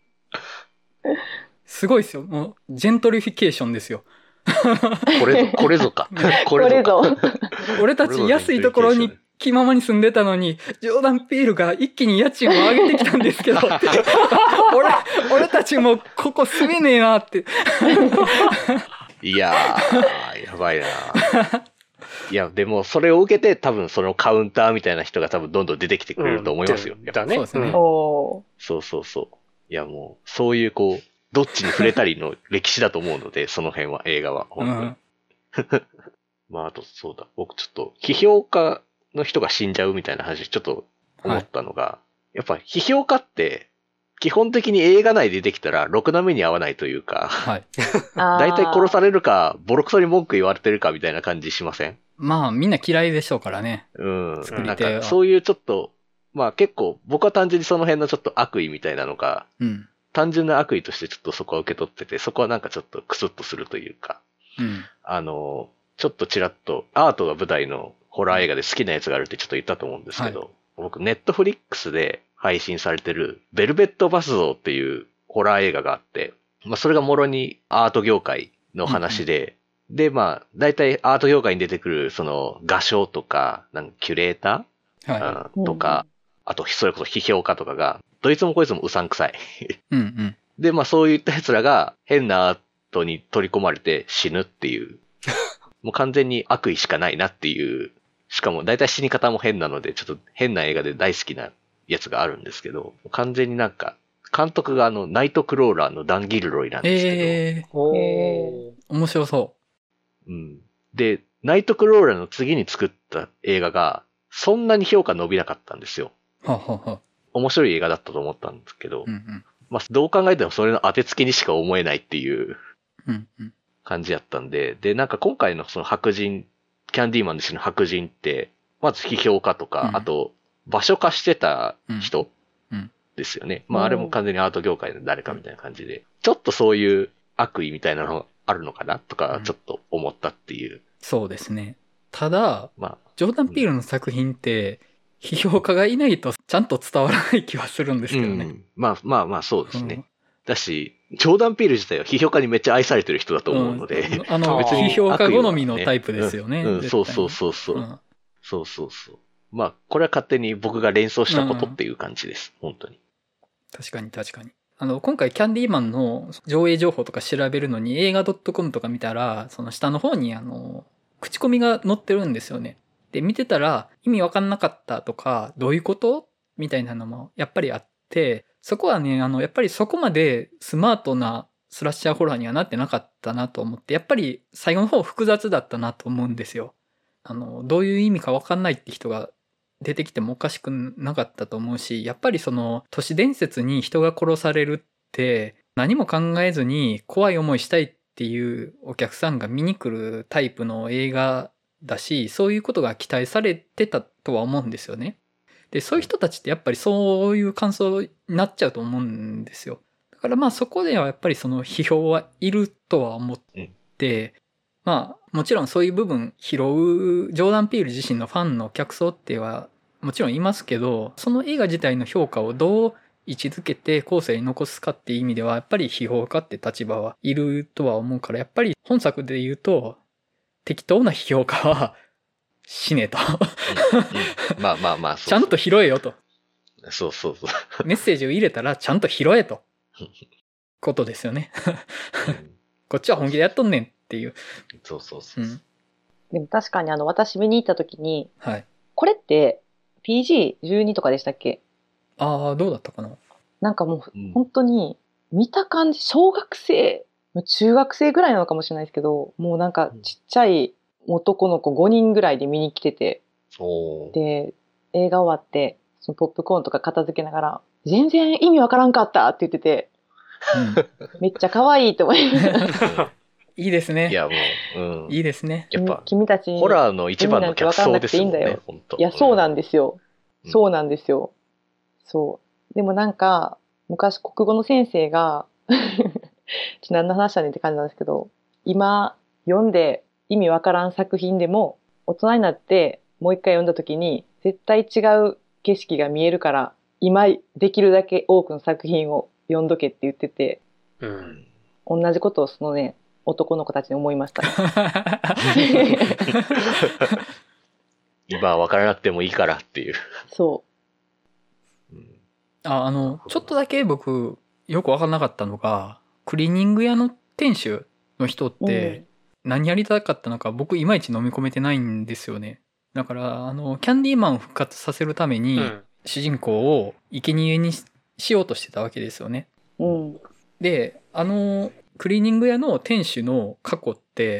すごいですよ。もうジェントリフィケーションですよ。 これぞか。 これぞ。 俺たち安いところに気ままに住んでたのに、ジョーダン・ピールが一気に家賃を上げてきたんですけどって。俺たちもここ住めねえなって。 いやー、やばいな。いや、でもそれを受けて多分そのカウンターみたいな人が多分どんどん出てきてくれると思いますよ。 だね。 そうですね。 そうそうそう。いやもう、そういうこう、どっちに触れたりの歴史だと思うので、その辺は、映画は。本当に。まあ、あとそうだ。僕ちょっと、批評家の人が死んじゃうみたいな話、ちょっと思ったのが、やっぱ批評家って、基本的に映画内で出てきたら、ろくな目に合わないというか、 はい。 大体殺されるか、ボロクソに文句言われてるかみたいな感じしません？ まあ、みんな嫌いでしょうからね。 うん。 作りなん手はか、そういうちょっと、まあ結構、僕は単純にその辺のちょっと悪意みたいなのが、 うん。 単純な悪意としてちょっとそこは受け取ってて、そこはなんかちょっとクスッとするというか、 うん。 ちょっとちらっとアートが舞台のホラー映画で好きなやつがあるってちょっと言ったと思うんですけど、僕、ネットフリックスで配信されてるベルベットバス像っていうホラー映画があって、まあそれがもろにアート業界の話で、で、まあ、大体アート業界に出てくるその画商とか、キュレーター、とか、あと、それこそ批評家とかが、どいつもこいつもうさんくさい。 うんうん。 で、まあそういった奴らが変なアートに取り込まれて死ぬっていう、もう完全に悪意しかないなっていう、しかも大体死に方も変なので、ちょっと変な映画で大好きなやつがあるんですけど、完全になんか、監督がナイトクローラーのダン・ギルロイなんですけど。 面白そう。 うん。で、ナイトクローラーの次に作った映画が、そんなに評価伸びなかったんですよ。面白い映画だったと思ったんですけど、まあ、どう考えてもそれの当てつけにしか思えないっていう感じやったんで、で、なんか今回のその白人、キャンディーマンで死ぬ白人って、まず批評家とか、あと、場所化してた人ですよね。まあ、あれも完全にアート業界の誰かみたいな感じで、ちょっとそういう悪意みたいなのがあるのかなとか、ちょっと思ったっていう。 そうですね。ただ、まあ、ジョーダン・ピールの作品って、批評家がいないとちゃんと伝わらない気はするんですけどね。 まあ、そうですね。だし、ジョーダン・ピール自体は批評家にめっちゃ愛されてる人だと思うので。別に批評家好みのタイプですよね。 そう。そう。まあ、これは勝手に僕が連想したことっていう感じです。本当に。 確かに。今回キャンディーマンの上映情報とか調べるのに映画 .com とか見たら、その下の方に口コミが載ってるんですよね。で、見てたら意味わかんなかったとか、どういうことみたいなのもやっぱりあって、そこはね、やっぱりそこまでスマートなスラッシャーホラーにはなってなかったなと思って、やっぱり最後の方複雑だったなと思うんですよ。どういう意味かわかんないって人が出てきてもおかしくなかったと思うし、やっぱりその都市伝説に人が殺されるって何も考えずに怖い思いしたいっていうお客さんが見に来るタイプの映画だし、そういうことが期待されてたとは思うんですよね。で、そういう人たちってやっぱりそういう感想になっちゃうと思うんですよ。だからまあそこではやっぱりその批評はいるとは思って、まあもちろんそういう部分拾うジョーダン・ピール自身のファンの客層ってはもちろんいますけど、その映画自体の評価をどう位置づけて後世に残すかっていう意味ではやっぱり批評家って立場はいるとは思うから、やっぱり本作で言うと適当な批評家は死ねとまあちゃんと拾えよと。 そうメッセージを入れたらちゃんと拾えとことですよねこっちは本気でやっとんねんっていう。 そう。 でも確かに私見に行った時に、 はい、 これって PG12 とかでしたっけ？ ああ、どうだったかな。 なんかもう本当に見た感じ、小学生、中学生ぐらいなのかもしれないですけど、もうなんかちっちゃい男の子5人ぐらいで見に来てて、で、映画終わって、そのポップコーンとか片付けながら、全然意味わからんかったって言ってて、めっちゃ可愛いと思いました。 いいですね。 いや、もう、 いいですね。 やっぱ、 君たちにホラーの一番の客層ですよね、本当。 いや、そうなんですよ。そうなんですよ。そう。でもなんか、昔国語の先生が、何の話だねんって感じなんですけど、今読んで意味わからん作品でも、大人になってもう一回読んだ時に、絶対違う景色が見えるから、今できるだけ多くの作品を読んどけって言ってて、同じことをそのね、男の子たちに思いましたね。 今は分からなくてもいいからっていう。 そう。 ちょっとだけ僕、よく分からなかったのが、クリーニング屋の店主の人って、何やりたかったのか、僕いまいち飲み込めてないんですよね。だから、キャンディーマンを復活させるために、主人公を生贄に しようとしてたわけですよね。で、クリーニング屋の店主の過去って、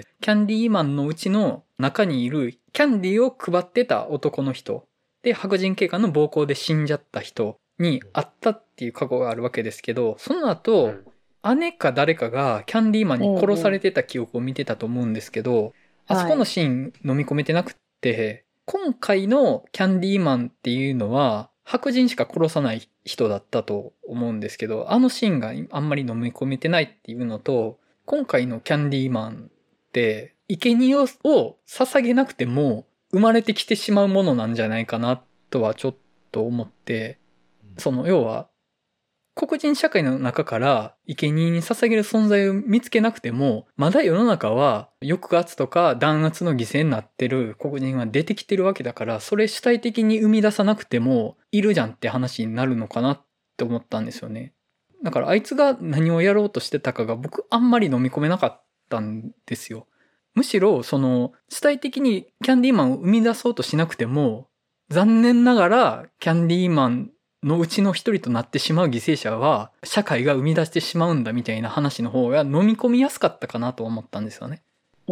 キャンディーマンのうちの中にいるキャンディーを配ってた男の人で、白人警官の暴行で死んじゃった人に会ったっていう過去があるわけですけど、その後、姉か誰かがキャンディーマンに殺されてた記憶を見てたと思うんですけど、あそこのシーン飲み込めてなくって、今回のキャンディーマンっていうのは白人しか殺さない人だったと思うんですけど、あのシーンがあんまり飲み込めてないっていうのと、今回のキャンディーマンって生贄を捧げなくても生まれてきてしまうものなんじゃないかなとはちょっと思って、要は黒人社会の中から生贄に捧げる存在を見つけなくても、まだ世の中は抑圧とか弾圧の犠牲になってる黒人は出てきてるわけだから、それ主体的に生み出さなくてもいるじゃんって話になるのかなって思ったんですよね。だからあいつが何をやろうとしてたかが僕あんまり飲み込めなかったんですよ。むしろ主体的にキャンディーマンを生み出そうとしなくても、残念ながらキャンディーマンのうちの一人となってしまう犠牲者は社会が生み出してしまうんだみたいな話の方が飲み込みやすかったかなと思ったんですよね。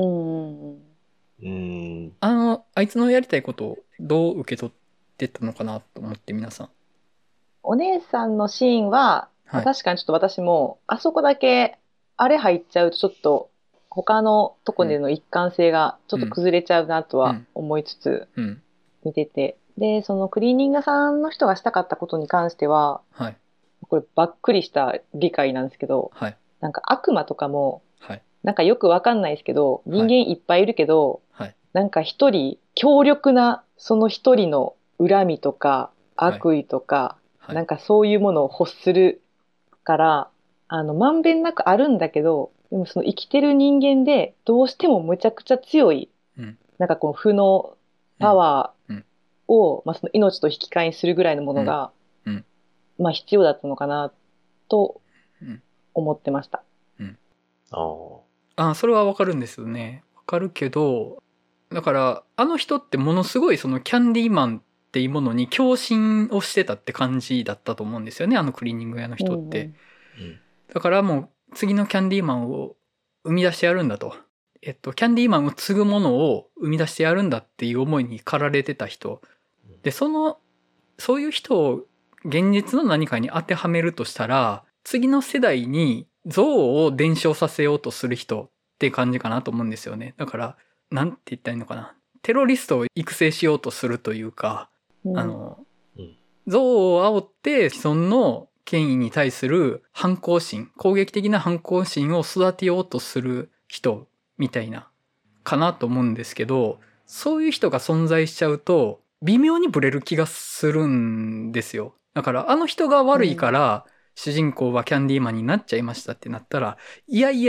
あいつのやりたいことをどう受け取ってたのかなと思って、皆さん。 お姉さんのシーンは、確かにちょっと私もあそこだけあれ入っちゃうとちょっと他のとこでの一貫性がちょっと崩れちゃうなとは思いつつ見てて、で、そのクリーニングさんの人がしたかったことに関しては、こればっくりした理解なんですけど、なんか悪魔とかも、なんかよくわかんないですけど、人間いっぱいいるけど、なんか一人強力なその一人の恨みとか悪意とか、なんかそういうものを欲するから、まんべんなくあるんだけど、でもその生きてる人間でどうしてもむちゃくちゃ強い、なんかこう負のパワーを、その命と引き換えにするぐらいのものが、必要だったのかなと思ってました。 それはわかるんですよね。わかるけど、だからあの人ってものすごいそのキャンディーマンっていうものに共振をしてたって感じだったと思うんですよね、あのクリーニング屋の人って。だからもう次のキャンディーマンを生み出してやるんだと。キャンディーマンを継ぐものを生み出してやるんだっていう思いに駆られてた人。で、そういう人を現実の何かに当てはめるとしたら、次の世代に像を伝承させようとする人っていう感じかなと思うんですよね。だから、なんて言ったらいいのかな。テロリストを育成しようとするというか、像を煽って既存の権威に対する反抗心、攻撃的な反抗心を育てようとする人みたいな、かなと思うんですけど、そういう人が存在しちゃうと、微妙にブレる気がするんですよ。だからあの人が悪いから、主人公はキャンディーマンになっちゃいましたってなったら、いや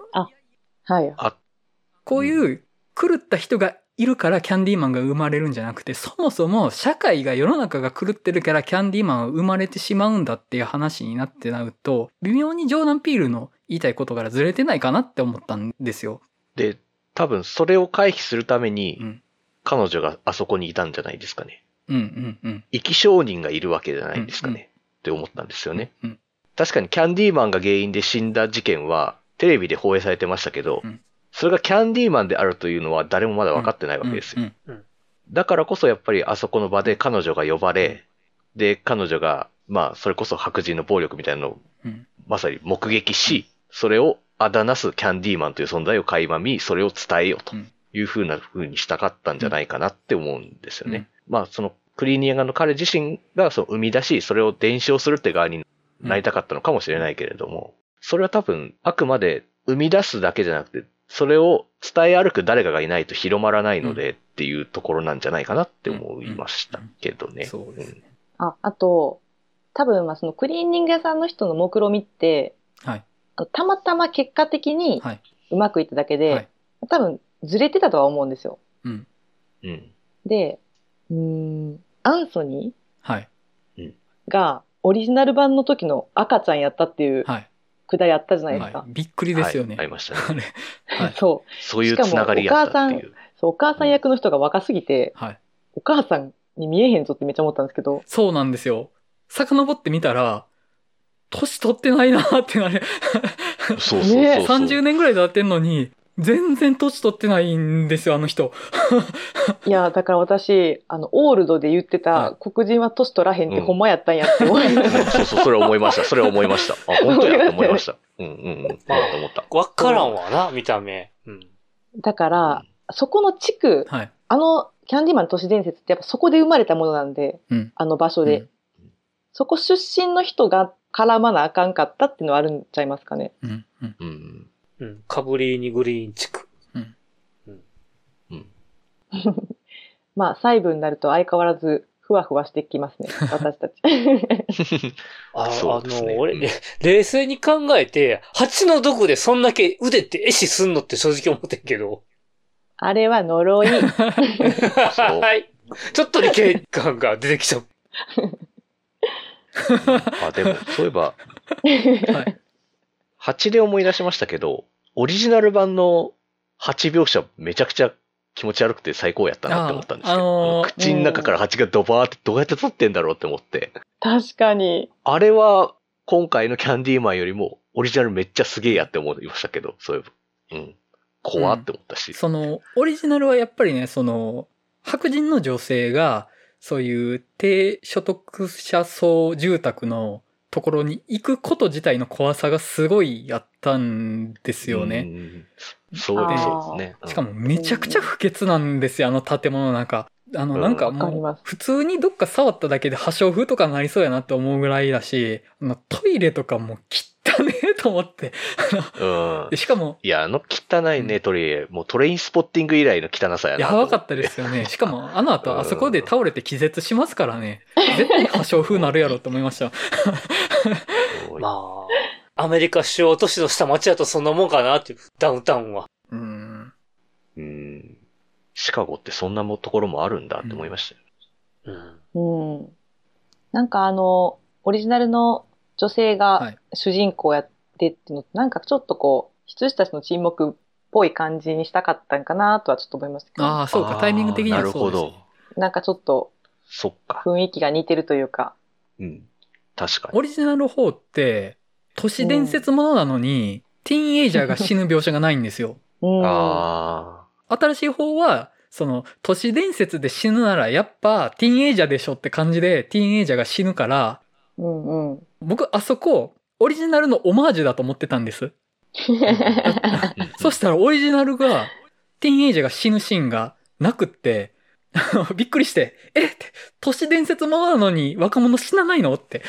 こういう狂った人がいるからキャンディーマンが生まれるんじゃなくて、そもそも社会が世の中が狂ってるからキャンディーマンは生まれてしまうんだっていう話になってなると、微妙にジョーダン・ピールの言いたいことからずれてないかなって思ったんですよ。 で、多分それを回避するために、彼女があそこにいたんじゃないですかね。生き証人がいるわけじゃないですかね。って思ったんですよね。 確かにキャンディーマンが原因で死んだ事件はテレビで放映されてましたけど、それがキャンディーマンであるというのは誰もまだ分かってないわけですよ。だからこそやっぱりあそこの場で彼女が呼ばれ、で、彼女が、まあ、それこそ白人の暴力みたいなのを、まさに目撃し、それをあだなすキャンディーマンという存在を垣間見、それを伝えようという風にしたかったんじゃないかなって思うんですよね。まあ、そのクリーニングの彼自身がそう生み出し、それを伝承するって側になりたかったのかもしれないけれども、それは多分、あくまで生み出すだけじゃなくて、それを伝え歩く誰かがいないと広まらないのでっていうところなんじゃないかなって思いましたけどね。 そうですね。 あと、多分、そのクリーニング屋さんの人の目論見って、 はい、 たまたま結果的にうまくいっただけで、はい、多分ずれてたとは思うんですよ。で、アンソニーがオリジナル版の時の赤ちゃんやったっていうくだりあったじゃないですか。 びっくりですよね。 ありましたね。 そういうつながりがあったっていう。 お母さん役の人が若すぎて、お母さんに見えへんぞってめっちゃ思ったんですけど。 そうなんですよ。遡ってみたら、年取ってないなーってなれ。 そう 30年ぐらい経ってんのに、全然年取ってないんですよ、あの人。 いや、だから私、オールドで言ってた、黒人は年取らへんってほんまやったんやって思いました。 それ思いました。それ思いました。あ、本当やと思いました。思った。 わからんわな、見た目。 だから、そこの地区、キャンディーマン都市伝説ってやっぱそこで生まれたものなんで、あの場所で。そこ出身の人が絡まなあかんかったっていうのはあるんちゃいますかね。 カブリーニグリーン地区。 まあ、細部になると相変わらずふわふわしてきますね、私たち。 俺、冷静に考えて、蜂の毒でそんだけ腕って壊死すんのって正直思ってんけど。 あれは呪い。 はい。ちょっと理系感が出てきちゃう。 でも、そういえば、蜂で思い出しましたけど、オリジナル版の蜂描写めちゃくちゃ気持ち悪くて最高やったなって思ったんですけど、口の中から蜂がドバーってどうやって取ってんだろうって思って。 確かに。 あれは今回のキャンディーマンよりもオリジナルめっちゃすげえやって思いましたけど、そういえば。怖って思ったし。 オリジナルはやっぱりね、白人の女性が、そういう低所得者層住宅のところに行くこと自体の怖さがすごいあったんですよね。 そうですね。 しかもめちゃくちゃ不潔なんですよ、あの建物なんか。なんかもう、普通にどっか触っただけで破傷風とかなりそうやなって思うぐらいだし、トイレとかも汚ねえと思って。しかも。 いや、汚いね、トイレ。もうトレインスポッティング以来の汚さやな。 やばかったですよね。しかも、後、あそこで倒れて気絶しますからね。絶対破傷風なるやろって思いました。 まあ、アメリカ主要都市の下町だとそんなもんかなっていう、ダウンタウンは。 シカゴってそんなところもあるんだって思いましたよ。なんかオリジナルの女性が主人公やってっていうのって、なんかちょっとこう、羊たちの沈黙っぽい感じにしたかったんかなとはちょっと思いましたけど。 ああ、そうか、タイミング的にはそうです。 なるほど。 なんかちょっと、雰囲気が似てるというか。 確かに。 オリジナルの方って、都市伝説ものなのに、ティーンエイジャーが死ぬ描写がないんですよ。新しい方は、都市伝説で死ぬならやっぱティーンエイジャーでしょって感じでティーンエイジャーが死ぬから、僕あそこオリジナルのオマージュだと思ってたんです。そしたらオリジナルがティーンエイジャーが死ぬシーンがなくってびっくりしてって都市伝説ものなのに若者死なないのって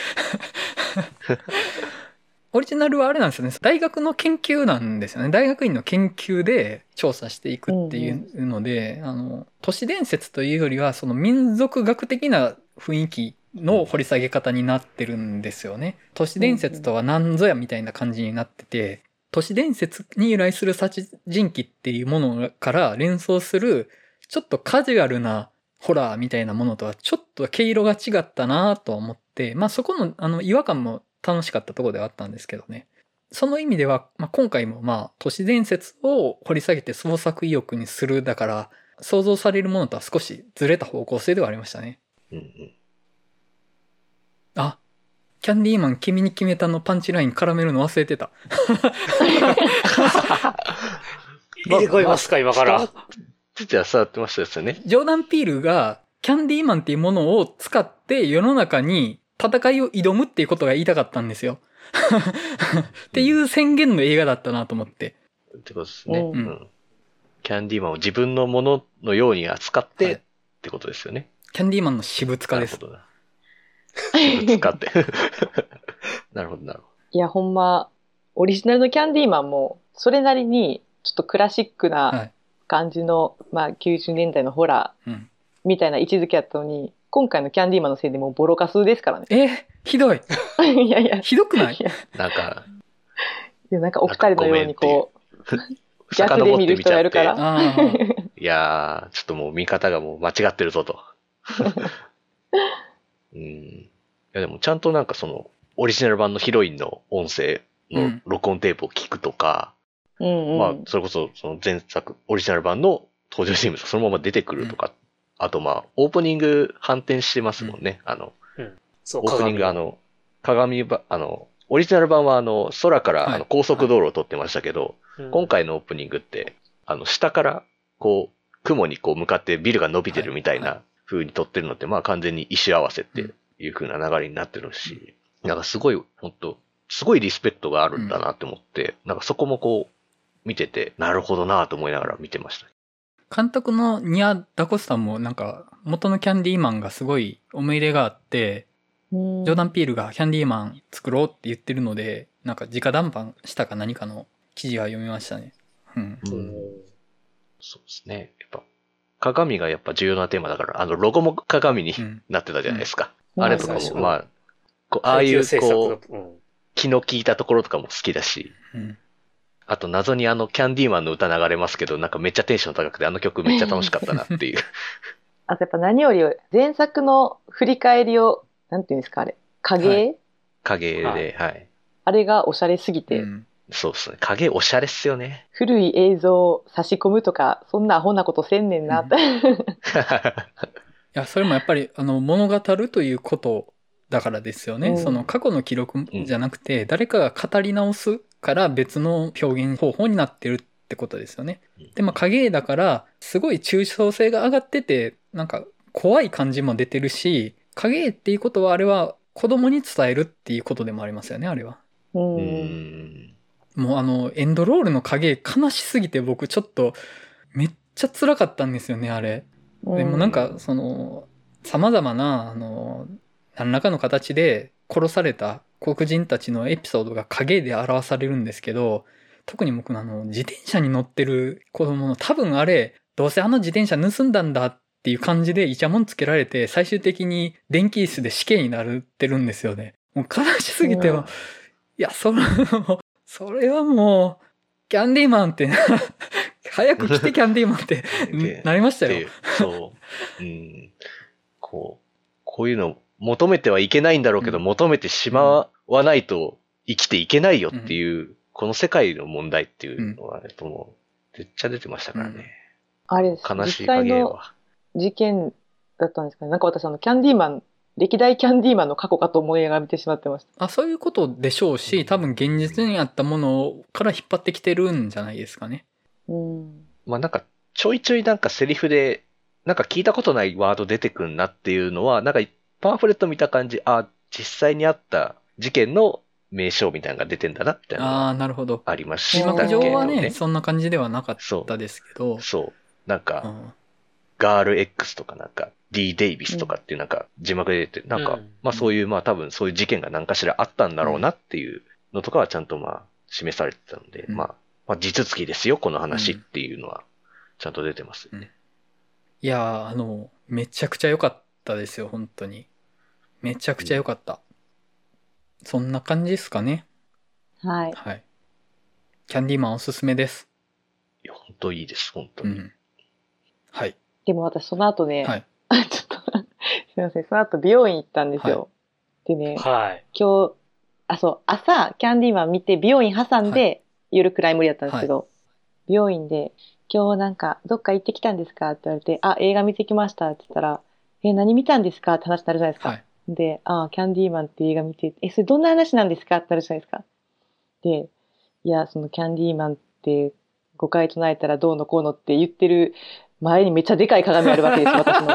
オリジナルはあれなんですよね。大学の研究なんですよね。大学院の研究で調査していくっていうので、都市伝説というよりは、民族学的な雰囲気の掘り下げ方になってるんですよね。都市伝説とは何ぞやみたいな感じになってて、都市伝説に由来する殺人鬼っていうものから連想する、ちょっとカジュアルなホラーみたいなものとはちょっと毛色が違ったなと思って、そこの違和感も楽しかったところではあったんですけどね。その意味では、今回も都市伝説を掘り下げて創作意欲にするだから、想像されるものとは少しずれた方向性ではありましたね。キキャンディーマン君に決めたのパンチライン絡めるの忘れてた。 入れ込みますか、今から。 じゃあ伝わってましたですよね。 ジョーダン・ピールがキャンディーマンっていうものを使って世の中に戦いを挑むっていうことが言いたかったんですよ。っていう宣言の映画だったなと思って。 ってことですね。キャンディーマンを自分のもののように扱って、はい、ってことですよね。 キャンディーマンの私物化です。 なるほどな。私物化って。なるほどなるほど。 いやほんまオリジナルのキャンディーマンもそれなりにちょっとクラシックな感じの、まあ90年代のホラーみたいな位置づけやったのに、今回のキャンディーマンのせいでもうボロカスですからね。 ひどい。 いやいやひどくない？ なんかお二人のようにこう逆で見る人がいるから。 いやーちょっともう見方がもう間違ってるぞと。いやでもちゃんとなんかそのオリジナル版のヒロインの音声の録音テープを聞くとか、まあそれこそその前作オリジナル版の登場人物がそのまま出てくるとか、あとまあオープニング反転してますもんね。 そうオープニング鏡オリジナル版は空から高速道路を撮ってましたけど、今回のオープニングって下からこう雲にこう向かってビルが伸びてるみたいな風に撮ってるのって、まあ完全に意思合わせっていう風な流れになってるし、なんかすごい本当すごいリスペクトがあるんだなって思って、なんかそこもこう見ててなるほどなと思いながら見てました。 監督のニア・ダコスタンもなんか元のキャンディーマンがすごい思い入れがあって、ジョーダン・ピールがキャンディーマン作ろうって言ってるので、なんか直談判したか何かの記事は読みましたね。 そうですね。やっぱ鏡がやっぱ重要なテーマだから、ロゴも鏡になってたじゃないですか。あれとかもまあこうああいうこう気の利いたところとかも好きだし。あと謎にキャンディーマンの歌流れますけど、なんかめっちゃテンション高くて曲めっちゃ楽しかったなっていう。 あとやっぱ何より前作の振り返りを、なんていうんですかあれ、影で、はい。 あれがおしゃれすぎて。 そうですね。影おしゃれっすよね。 古い映像を差し込むとか、そんなアホなことせんねんなって。いや、それもやっぱり物語るということだからですよね。その過去の記録じゃなくて、誰かが語り直すから別の表現方法になってるってことですよね。で、まあ影絵だからすごい抽象性が上がってて、なんか怖い感じも出てるし、影絵っていうことはあれは子供に伝えるっていうことでもありますよね、あれは。もうエンドロールの影絵悲しすぎて僕ちょっとめっちゃ辛かったんですよね、あれ。でもなんか様々な何らかの形で殺された黒人たちのエピソードが影で表されるんですけど、特に僕の自転車に乗ってる子供の多分あれ、どうせ自転車盗んだんだっていう感じでイチャモンつけられて、最終的に電気椅子で死刑になってるんですよね。もう悲しすぎては、いや、それはもう、キャンディーマンって早く来てキャンディーマンってなりましたよ。 そう。こういうの求めてはいけないんだろうけど、求めてしまわないと生きていけないよっていう、この世界の問題っていうのは、もう、めっちゃ出てましたからね。 あれです。 悲しい影絵は。 事件だったんですかね。なんか私キャンディーマン、歴代キャンディーマンの過去かと思い描いてしまってました。 そういうことでしょうし、多分現実にあったものから引っ張ってきてるんじゃないですかね。 まあなんか、ちょいちょいなんかセリフで、なんか聞いたことないワード出てくんなっていうのは、なんかパンフレット見た感じ、実際にあった事件の名称みたいなのが出てんだなってなるほど。 ありましたけどね。字幕上はね、そんな感じではなかったですけど。 そう。なんか、ガール X とかなんか D デイビスとかっていうなんか字幕で出て、なんか、まあそういう、まあ多分そういう事件が何かしらあったんだろうなっていうのとかはちゃんとまあ示されてたので、まあ地続きですよ、この話っていうのはちゃんと出てますよね。 いやめちゃくちゃ良かったですよ、本当に。めちゃくちゃ良かった。そんな感じですかね。 はい。 はい。キャンディーマンおすすめです。 いや、本当いいです、本当に。 はい。 でも私その後ね、ちょっと、すみません、その後美容院行ったんですよ。でね、今日、朝、キャンディーマン見て美容院挟んで、夜暗い無理だったんですけど、美容院で、今日なんか、どっか行ってきたんですかって言われて、映画見てきましたって言ったら、何見たんですかって話になるじゃないですか。 で、キャンディーマンって映画見て、それどんな話なんですかってなるじゃないですか。で、いや、そのキャンディーマンって誤解唱えたらどうのこうのって言ってる前にめっちゃでかい鏡あるわけですよ、私の。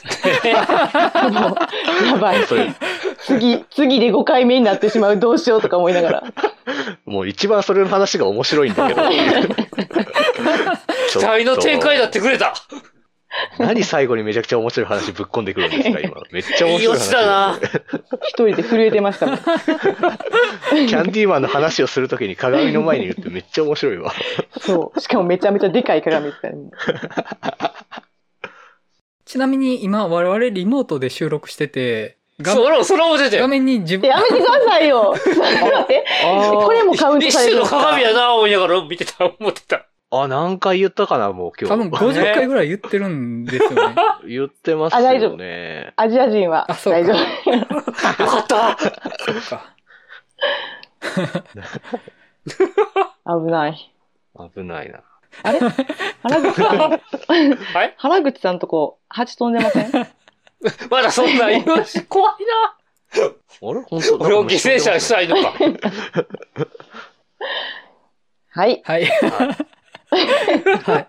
やばい。次で5回目になってしまう、どうしようとか思いながら。 もう一番それの話が面白いんだけど。 期待の展開だってくれた。 何最後にめちゃくちゃ面白い話ぶっ込んでくるんですか、今。めっちゃ面白い話。 いいオチだな。 一人で震えてましたもん。 キャンディーマンの話をするときに鏡の前に言ってめっちゃ面白いわ。 そう。しかもめちゃめちゃでかい鏡ですからね。 ちなみに今我々リモートで収録してて、 それも出て画面に自分。 やめてくださいよ。これもカウントされる。 一種の鏡やな思いながら思ってた。 何回言ったかな、もう今日。 多分50回ぐらい言ってるんですよね。 言ってますよね。 大丈夫。アジア人は大丈夫。 よかった。 そうか。 危ない。 危ないな。 あれ原口さん。 はい、 原口さんとこ、蜂飛んでません？ まだそんな言うし、怖いな。 あれ本当俺を犠牲者にしたいのか。 はい。 はい。はい。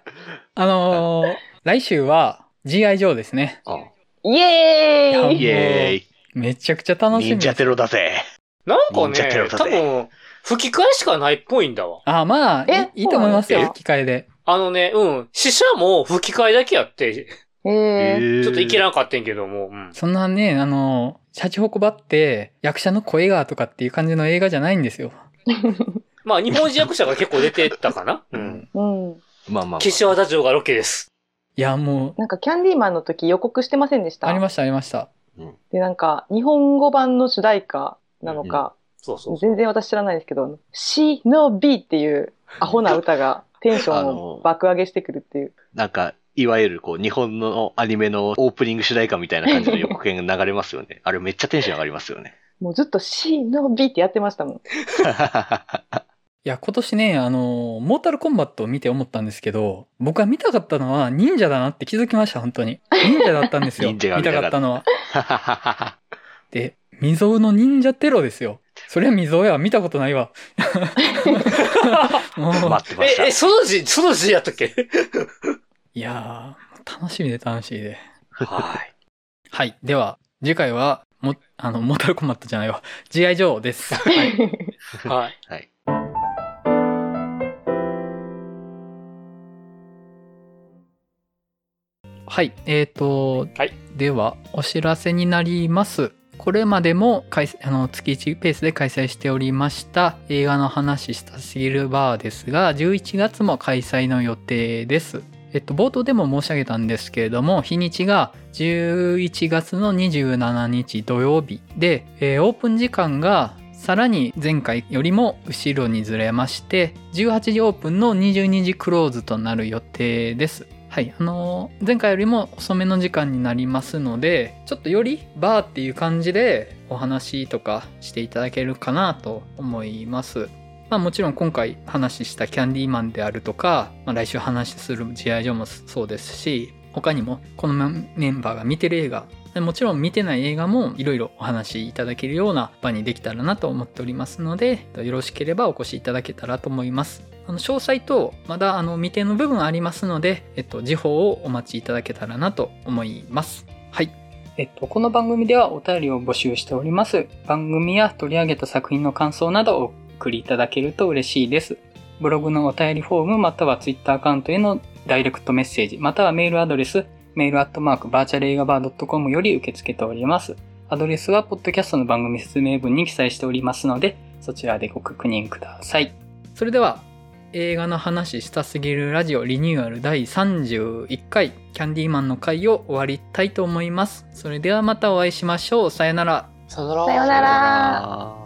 来週は G.I. ジョーですね。 イエーイイエーイめちゃくちゃ楽しみです。 忍者テロだぜ。 なんかね、多分、吹き替えしかないっぽいんだわ。 まあ、いいと思いますよ、吹き替えで。 死者も吹き替えだけやって、ちょっといけなかったんけども。 そんなね、シャチホコバって役者の声がとかっていう感じの映画じゃないんですよ。 まあ、日本人役者が結構出てたかな。 まあ。 岸和田城がロケです。 いや、もう。 なんか、キャンディーマンの時予告してませんでした？ ありました。 で、なんか、日本語版の主題歌なのか、全然私知らないですけど、しのびっていうアホな歌がテンションを爆上げしてくるっていう。 なんか、いわゆる日本のアニメのオープニング主題歌みたいな感じの予告編が流れますよね。あれめっちゃテンション上がりますよね。 もうずっとしのびってやってましたもん。 いや、今年ね、モータルコンバットを見て思ったんですけど、僕が見たかったのは忍者だなって気づきました、本当に。忍者だったんですよ。見たかったのは。で、未曾有の忍者テロですよ。そりゃ未曾有は見たことないわ。 待ってました。 その字やったっけ？ いやー、楽しみで。 はい。 はい。では、次回は、モータルコンバットじゃないわ。G.I. ジョーです。はい。 はい。 はい。 はい。 はい。 では、お知らせになります。これまでも月1ペースで開催しておりました映画の話したすぎるバーですが、11月も開催の予定です。冒頭でも申し上げたんですけれども、日にちが11月の27日土曜日で、オープン時間がさらに前回よりも後ろにずれまして、18時オープンの22時クローズとなる予定です。はい、前回よりも遅めの時間になりますので、ちょっとよりバーっていう感じでお話とかしていただけるかなと思います。まあもちろん今回話したキャンディーマンであるとか、来週話する G.I. ジョーもそうですし、他にもこのメンバーが見てる映画、もちろん見てない映画もいろいろお話しいただけるような場にできたらなと思っておりますので、よろしければお越しいただけたらと思います。詳細とまだ未定の部分ありますので、時報をお待ちいただけたらなと思います。はい。この番組ではお便りを募集しております。番組や取り上げた作品の感想などをお送りいただけると嬉しいです。ブログのお便りフォームまたは Twitter アカウントへのダイレクトメッセージまたはメールアドレスmail@virtualeigabar.com より受け付けております。アドレスはポッドキャストの番組説明文に記載しておりますので、そちらでご確認ください。それでは映画の話したすぎるラジオリニューアル第31回キャンディーマンの回を終わりたいと思います。それではまたお会いしましょう。さよなら。 さよなら。 さよなら。